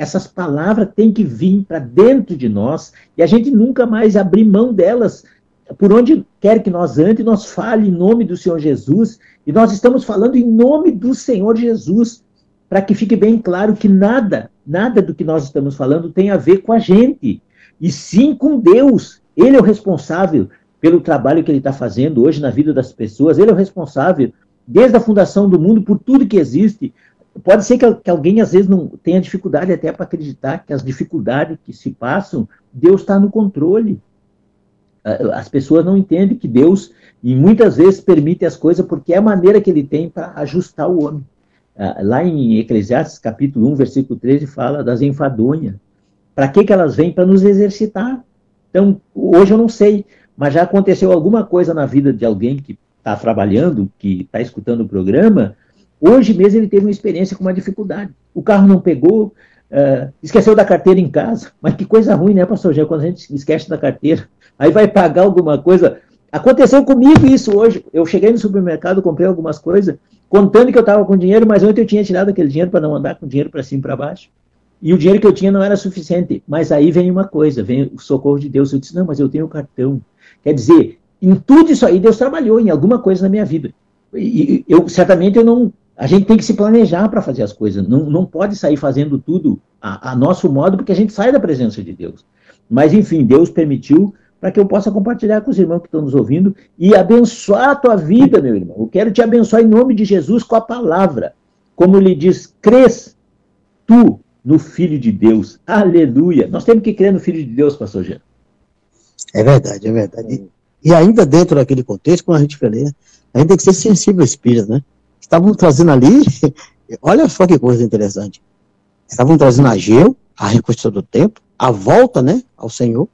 essas palavras têm que vir para dentro de nós e a gente nunca mais abrir mão delas. Por onde quer que nós ande, nós fale em nome do Senhor Jesus, e nós estamos falando em nome do Senhor Jesus, para que fique bem claro que nada do que nós estamos falando tem a ver com a gente, e sim com Deus. Ele é o responsável pelo trabalho que ele está fazendo hoje na vida das pessoas, ele é o responsável desde a fundação do mundo por tudo que existe. Pode ser que alguém às vezes não tenha dificuldade até para acreditar que as dificuldades que se passam, Deus está no controle. As pessoas não entendem que Deus, e muitas vezes, permite as coisas porque é a maneira que ele tem para ajustar o homem. Lá em Eclesiastes, capítulo 1, versículo 13, fala das enfadonhas. Para que elas vêm? Para nos exercitar. Então, hoje eu não sei, mas já aconteceu alguma coisa na vida de alguém que está trabalhando, que está escutando o programa. Hoje mesmo ele teve uma experiência com uma dificuldade. O carro não pegou, esqueceu da carteira em casa. Mas que coisa ruim, né, pastor Jean, quando a gente esquece da carteira. Aí vai pagar alguma coisa. Aconteceu comigo isso hoje. Eu cheguei no supermercado, comprei algumas coisas, contando que eu estava com dinheiro, mas ontem eu tinha tirado aquele dinheiro para não andar com dinheiro para cima e para baixo. E o dinheiro que eu tinha não era suficiente. Mas aí vem uma coisa, vem o socorro de Deus. Eu disse, não, mas eu tenho o cartão. Quer dizer, em tudo isso aí, Deus trabalhou em alguma coisa na minha vida. E certamente a gente tem que se planejar para fazer as coisas. Não pode sair fazendo tudo a nosso modo, porque a gente sai da presença de Deus. Mas, enfim, Deus permitiu para que eu possa compartilhar com os irmãos que estão nos ouvindo e abençoar a tua vida, meu irmão. Eu quero te abençoar em nome de Jesus com a palavra. Como ele diz, crês tu no Filho de Deus. Aleluia. Nós temos que crer no Filho de Deus, pastor Jean. É verdade, é verdade. E ainda dentro daquele contexto, quando a gente lê, a gente tem que ser sensível ao Espírito, né? Estavam trazendo ali, olha só que coisa interessante. Estavam trazendo Ageu, a reconstrução do templo, a volta, né, ao Senhor.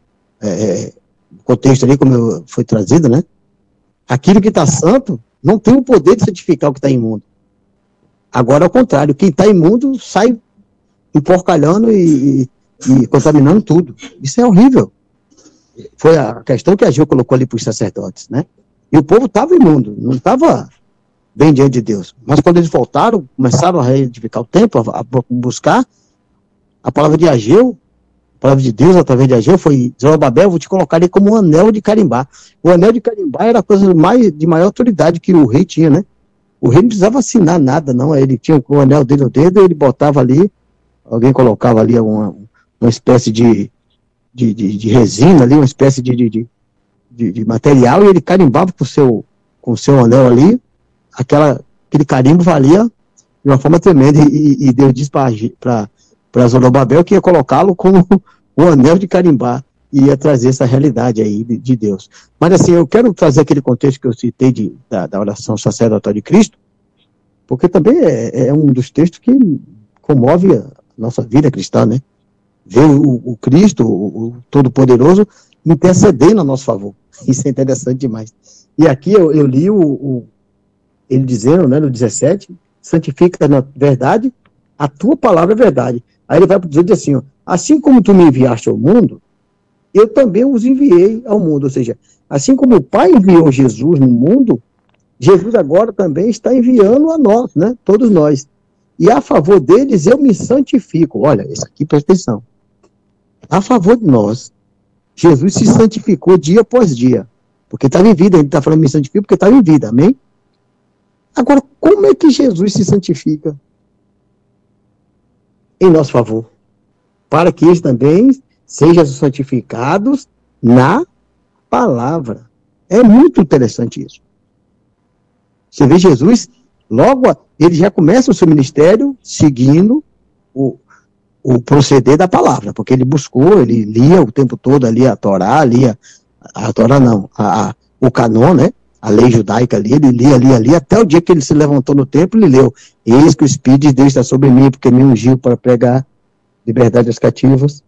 O contexto ali, como foi trazido, né? Aquilo que está santo não tem o poder de santificar o que está imundo. Agora, ao contrário, quem está imundo sai emporcalhando e contaminando tudo. Isso é horrível. Foi a questão que Ageu colocou ali para os sacerdotes, né? E o povo estava imundo, não estava bem diante de Deus. Mas quando eles voltaram, começaram a reedificar o templo, a buscar, a palavra de Ageu, a palavra de Deus através de Ageu foi: Zorobabel, vou te colocar ali como um anel de carimbar. O anel de carimbar era a coisa de maior autoridade que o rei tinha, né? O rei não precisava assinar nada, não. Ele tinha o anel dele no dedo, ele botava ali, alguém colocava ali uma espécie de resina ali, uma espécie de material, e ele carimbava com o seu anel ali. Aquele carimbo valia de uma forma tremenda, e Deus disse para Zorobabel que ia colocá-lo como o anel de carimbar, e ia trazer essa realidade aí de Deus. Mas assim, eu quero trazer aquele contexto que eu citei da oração sacerdotal de Cristo, porque também é um dos textos que comove a nossa vida cristã, né? Ver o Cristo, o Todo-Poderoso, intercedendo a nosso favor. Isso é interessante demais. E aqui eu li ele dizendo, né, no 17, santifica na verdade, a tua palavra é verdade. Aí ele vai dizer assim, ó, assim como tu me enviaste ao mundo, eu também os enviei ao mundo. Ou seja, assim como o Pai enviou Jesus no mundo, Jesus agora também está enviando a nós, né, todos nós. E a favor deles eu me santifico. Olha, isso aqui, presta atenção. A favor de nós, Jesus se santificou dia após dia. Porque estava em vida, ele está falando me santifico porque estava em vida, amém? Agora, como é que Jesus se santifica? Em nosso favor. Para que eles também sejam santificados na palavra. É muito interessante isso. Você vê Jesus, logo ele já começa o seu ministério seguindo o proceder da palavra, porque ele buscou, ele lia o tempo todo ali a Torá, o Canon, né? A lei judaica ali, ele lia, até o dia que ele se levantou no templo, ele leu: eis que o Espírito de Deus está sobre mim, porque me ungiu para pregar liberdade aos cativos,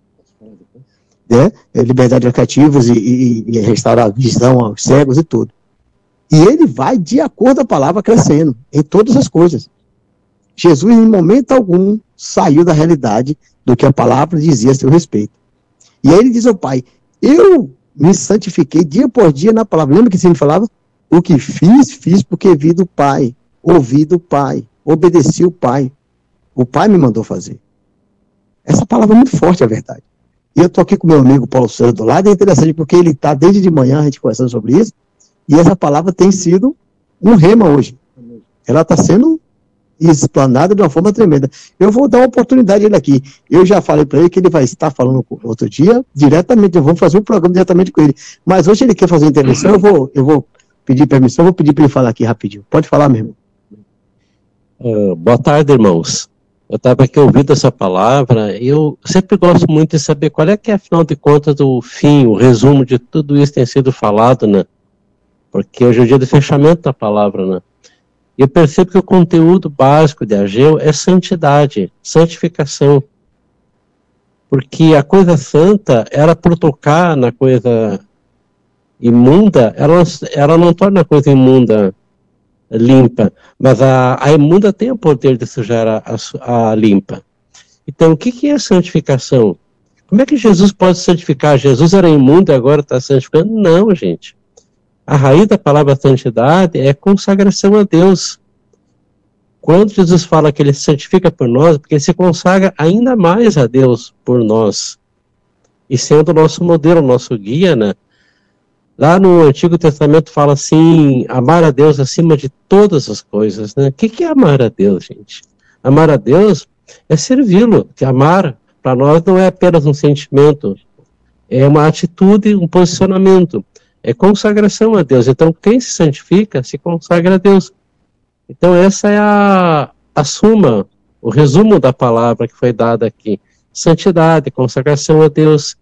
liberdade aos cativos e restaurar a visão aos cegos e tudo. E ele vai, de acordo com a palavra, crescendo em todas as coisas. Jesus, em momento algum, saiu da realidade do que a palavra dizia a seu respeito. E aí ele diz ao Pai: eu me santifiquei dia por dia na palavra. Lembra que você me falava? O que fiz porque vi do Pai, ouvi do Pai, obedeci o Pai. O Pai me mandou fazer. Essa palavra é muito forte, é verdade. E eu estou aqui com meu amigo Paulo César do lado, é interessante porque ele está desde de manhã a gente conversando sobre isso, e essa palavra tem sido um rema hoje. Ela está sendo explanada de uma forma tremenda. Eu vou dar uma oportunidade a ele aqui. Eu já falei para ele que ele vai estar falando outro dia, diretamente, eu vou fazer um programa diretamente com ele. Mas hoje ele quer fazer uma intervenção, eu vou pedir permissão, vou pedir para ele falar aqui rapidinho. Pode falar, meu irmão. Boa tarde, irmãos. Eu estava aqui ouvindo essa palavra e eu sempre gosto muito de saber qual é que é, afinal de contas, o fim, o resumo de tudo isso que tem sido falado, né? Porque hoje é o dia do fechamento da palavra, né? E eu percebo que o conteúdo básico de Ageu é santidade, santificação. Porque a coisa santa, ela por tocar na coisa imunda, ela não torna a coisa imunda limpa, mas a imunda tem o poder de sujar a limpa. Então, o que é santificação? Como é que Jesus pode santificar? Jesus era imundo e agora está santificando? Não, gente. A raiz da palavra santidade é consagração a Deus. Quando Jesus fala que ele se santifica por nós, porque ele se consagra ainda mais a Deus por nós. E sendo o nosso modelo, o nosso guia, né? Lá no Antigo Testamento fala assim, amar a Deus acima de todas as coisas, né? O que é amar a Deus, gente? Amar a Deus é servi-lo, que amar para nós não é apenas um sentimento, é uma atitude, um posicionamento, é consagração a Deus. Então quem se santifica, se consagra a Deus. Então essa é a suma, o resumo da palavra que foi dada aqui. Santidade, consagração a Deus.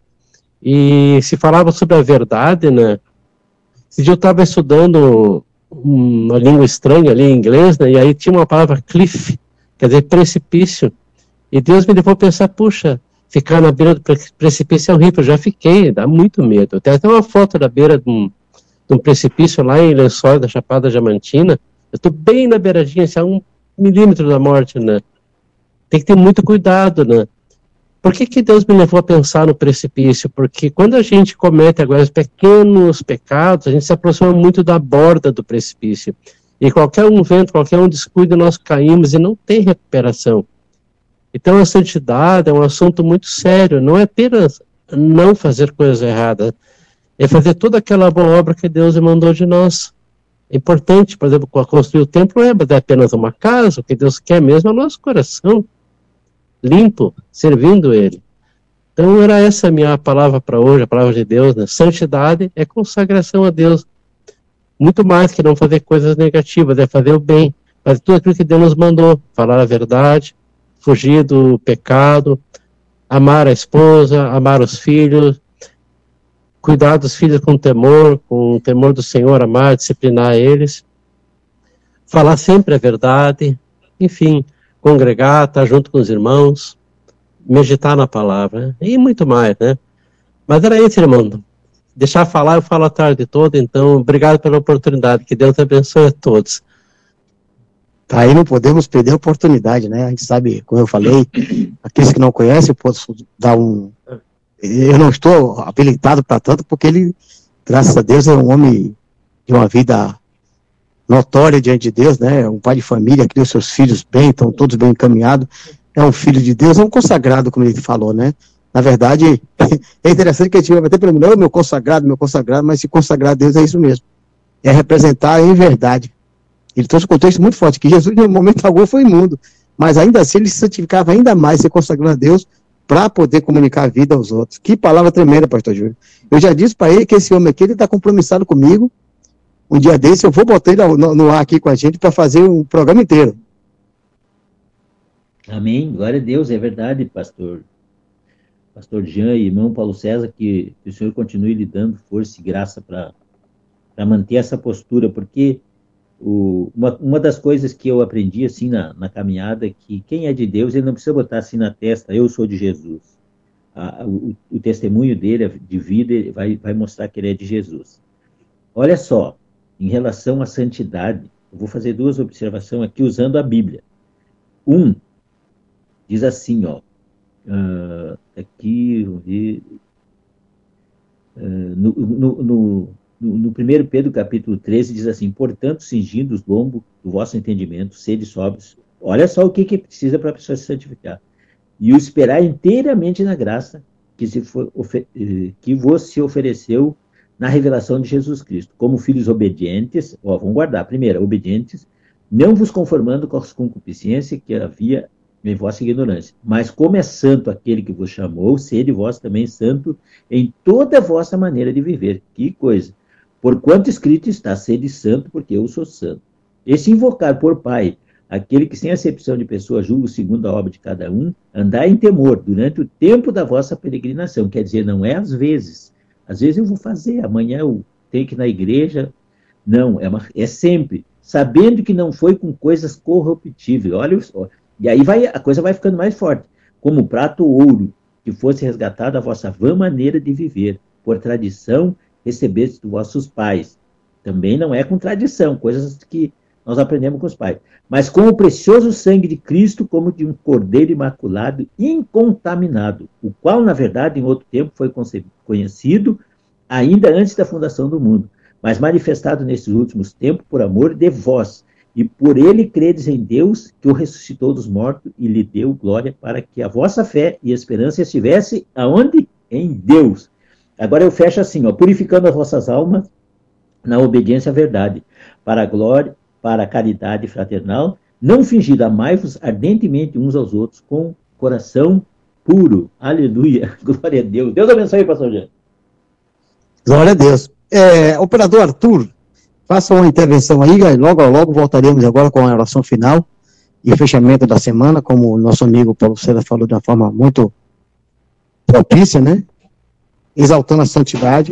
E se falava sobre a verdade, né? Esse dia eu estava estudando uma língua estranha ali em inglês, né? E aí tinha uma palavra cliff, quer dizer precipício. E Deus me levou a pensar, puxa, ficar na beira do precipício é horrível. Eu já fiquei, dá muito medo. Tem até uma foto da beira de um precipício lá em Lençóis da Chapada Diamantina. Eu estou bem na beiradinha, assim, a 1 milímetro da morte, né? Tem que ter muito cuidado, né? Por que Deus me levou a pensar no precipício? Porque quando a gente comete agora os pequenos pecados, a gente se aproxima muito da borda do precipício. E qualquer um vento, qualquer um descuido, nós caímos e não tem recuperação. Então a santidade é um assunto muito sério, não é apenas não fazer coisas erradas, é fazer toda aquela boa obra que Deus mandou de nós. É importante, por exemplo, construir o templo não é apenas uma casa, o que Deus quer mesmo é o nosso coração limpo, servindo Ele. Então era essa a minha palavra para hoje, a palavra de Deus, né? Santidade é consagração a Deus. Muito mais que não fazer coisas negativas, é fazer o bem, fazer tudo aquilo que Deus nos mandou, falar a verdade, fugir do pecado, amar a esposa, amar os filhos, cuidar dos filhos com o temor do Senhor, amar, disciplinar eles, falar sempre a verdade, enfim, congregar, estar junto com os irmãos, meditar na palavra, né? E muito mais, né? Mas era isso, irmão. Deixar falar, eu falo a tarde toda, então, obrigado pela oportunidade, que Deus abençoe a todos. Tá aí, não podemos perder a oportunidade, né? A gente sabe, como eu falei, aqueles que não conhecem, eu posso dar eu não estou habilitado para tanto, porque ele, graças a Deus, é um homem de uma vida notória diante de Deus, né? É um pai de família, criou seus filhos bem, estão todos bem encaminhados, é um filho de Deus, é um consagrado, como ele falou, né? Na verdade, é interessante que a gente vai até pelo menos, meu consagrado, mas se consagrar a Deus é isso mesmo, é representar em verdade. Ele trouxe um contexto muito forte, que Jesus, em um momento algum, foi imundo, mas ainda assim ele se santificava ainda mais, se consagrando a Deus, para poder comunicar a vida aos outros. Que palavra tremenda, pastor Júlio. Eu já disse para ele que esse homem aqui, ele está compromissado comigo. Um dia desse eu vou botar ele no ar aqui com a gente para fazer um programa inteiro. Amém, glória a Deus, é verdade, pastor Jean e irmão Paulo César, que o Senhor continue lhe dando força e graça para manter essa postura, porque uma das coisas que eu aprendi assim na caminhada é que quem é de Deus, ele não precisa botar assim na testa, eu sou de Jesus. O testemunho dele de vida vai mostrar que ele é de Jesus. Olha só, em relação à santidade, eu vou fazer 2 observações aqui usando a Bíblia. Diz assim, ó, aqui, eu vi, no 1 Pedro capítulo 13 diz assim, portanto, cingindo os lombos do vosso entendimento, sede sóbrios. Olha só o que precisa para a pessoa se santificar. e o esperar inteiramente na graça que vos se ofereceu na revelação de Jesus Cristo, como filhos obedientes, vamos guardar, primeiro, obedientes, não vos conformando com as concupiscências que havia em vossa ignorância, mas como é santo aquele que vos chamou, sede vós também santo em toda a vossa maneira de viver. Que coisa! Porquanto escrito está, sede santo, porque eu sou santo. E se invocar por Pai aquele que sem acepção de pessoa julga segundo a obra de cada um, andai em temor durante o tempo da vossa peregrinação. Quer dizer, não é às vezes. Às vezes eu vou fazer, amanhã eu tenho que ir na igreja. Não, é sempre. Sabendo que não foi com coisas corruptíveis. Olha só. E aí a coisa vai ficando mais forte. Como prato ou ouro, que fosse resgatado a vossa vã maneira de viver. Por tradição, recebeste dos vossos pais. Também não é com tradição, coisas que nós aprendemos com os pais. Mas com o precioso sangue de Cristo, como de um cordeiro imaculado, incontaminado, o qual, na verdade, em outro tempo foi conhecido, ainda antes da fundação do mundo, mas manifestado nesses últimos tempos por amor de vós, e por ele credes em Deus, que o ressuscitou dos mortos e lhe deu glória, para que a vossa fé e esperança estivesse aonde? Em Deus. Agora eu fecho assim, purificando as vossas almas na obediência à verdade, para a glória, para a caridade fraternal, não fingida, amai-vos ardentemente uns aos outros, com coração puro. Aleluia, glória a Deus. Deus abençoe, pastor Jean. Glória a Deus. Operador Arthur, faça uma intervenção aí, logo voltaremos agora com a oração final e fechamento da semana, como o nosso amigo Paulo César falou de uma forma muito propícia, né? Exaltando a santidade,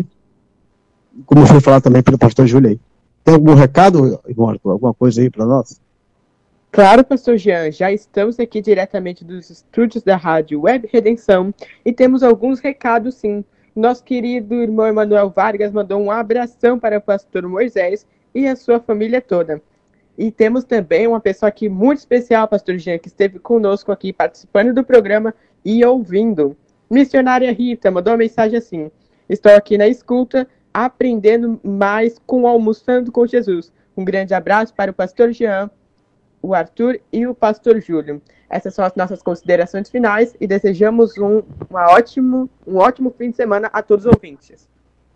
como foi falado também pelo pastor Júlio aí. Tem algum recado, irmão Arthur? Alguma coisa aí para nós? Claro, pastor Jean, já estamos aqui diretamente dos estúdios da Rádio Web Redenção e temos alguns recados, sim. Nosso querido irmão Emanuel Vargas mandou um abração para o pastor Moisés e a sua família toda. E temos também uma pessoa aqui muito especial, pastor Jean, que esteve conosco aqui participando do programa e ouvindo. Missionária Rita mandou uma mensagem assim: estou aqui na escuta, aprendendo mais com Almoçando com Jesus. Um grande abraço para o pastor Jean, o Arthur e o pastor Júlio. Essas são as nossas considerações finais e desejamos um ótimo fim de semana a todos os ouvintes.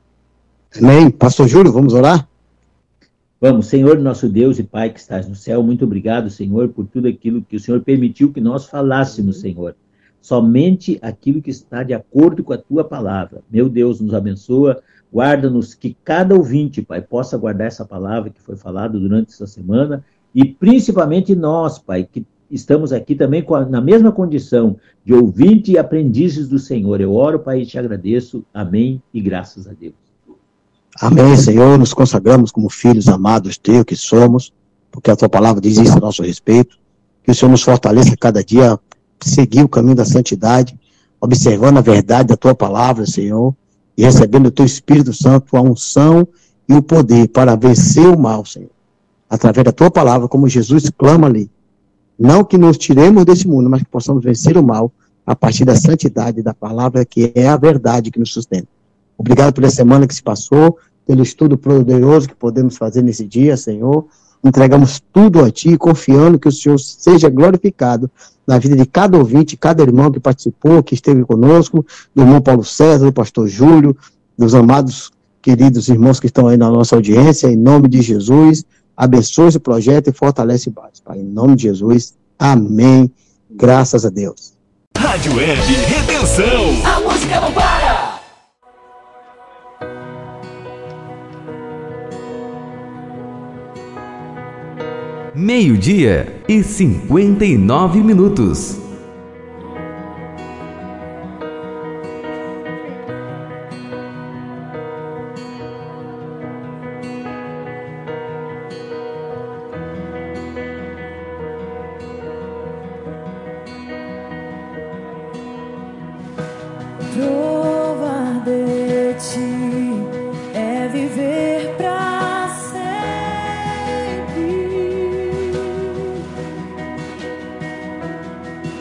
Amém. Pastor Júlio, vamos orar? Vamos. Senhor, nosso Deus e Pai que estás no céu, muito obrigado, Senhor, por tudo aquilo que o Senhor permitiu que nós falássemos, Senhor. Somente aquilo que está de acordo com a tua palavra. Meu Deus, nos abençoa, guarda-nos, que cada ouvinte, Pai, possa guardar essa palavra que foi falada durante essa semana, e principalmente nós, Pai, que estamos aqui também na mesma condição de ouvinte e aprendizes do Senhor. Eu oro, Pai, e te agradeço. Amém e graças a Deus. Amém, Senhor. Nos consagramos como filhos amados teus que somos, porque a tua palavra diz isso a nosso respeito. Que o Senhor nos fortaleça cada dia a seguir o caminho da santidade, observando a verdade da tua palavra, Senhor, e recebendo o teu Espírito Santo, a unção e o poder para vencer o mal, Senhor. Através da tua palavra, como Jesus clama ali. Não que nos tiremos desse mundo, mas que possamos vencer o mal a partir da santidade da palavra, que é a verdade que nos sustenta. Obrigado pela semana que se passou, pelo estudo poderoso que podemos fazer nesse dia, Senhor. Entregamos tudo a Ti, confiando que o Senhor seja glorificado na vida de cada ouvinte, cada irmão que participou, que esteve conosco, do irmão Paulo César, do pastor Júlio, dos amados queridos irmãos que estão aí na nossa audiência, em nome de Jesus. Abençoe esse projeto e fortalece o Pai. Em nome de Jesus. Amém. Graças a Deus. Rádio Web Redenção. A música não para. Meio-dia e 59 minutos. Provar de ti é viver pra sempre.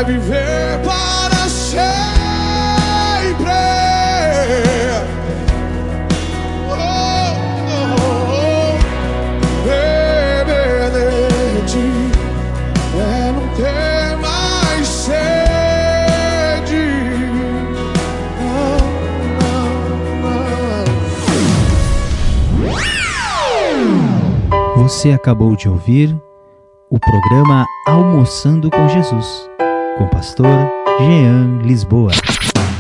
é viver para sempre. Beber de ti é não ter mais sede. Você acabou de ouvir o programa Almoçando com Jesus, com o pastor Jean Lisboa.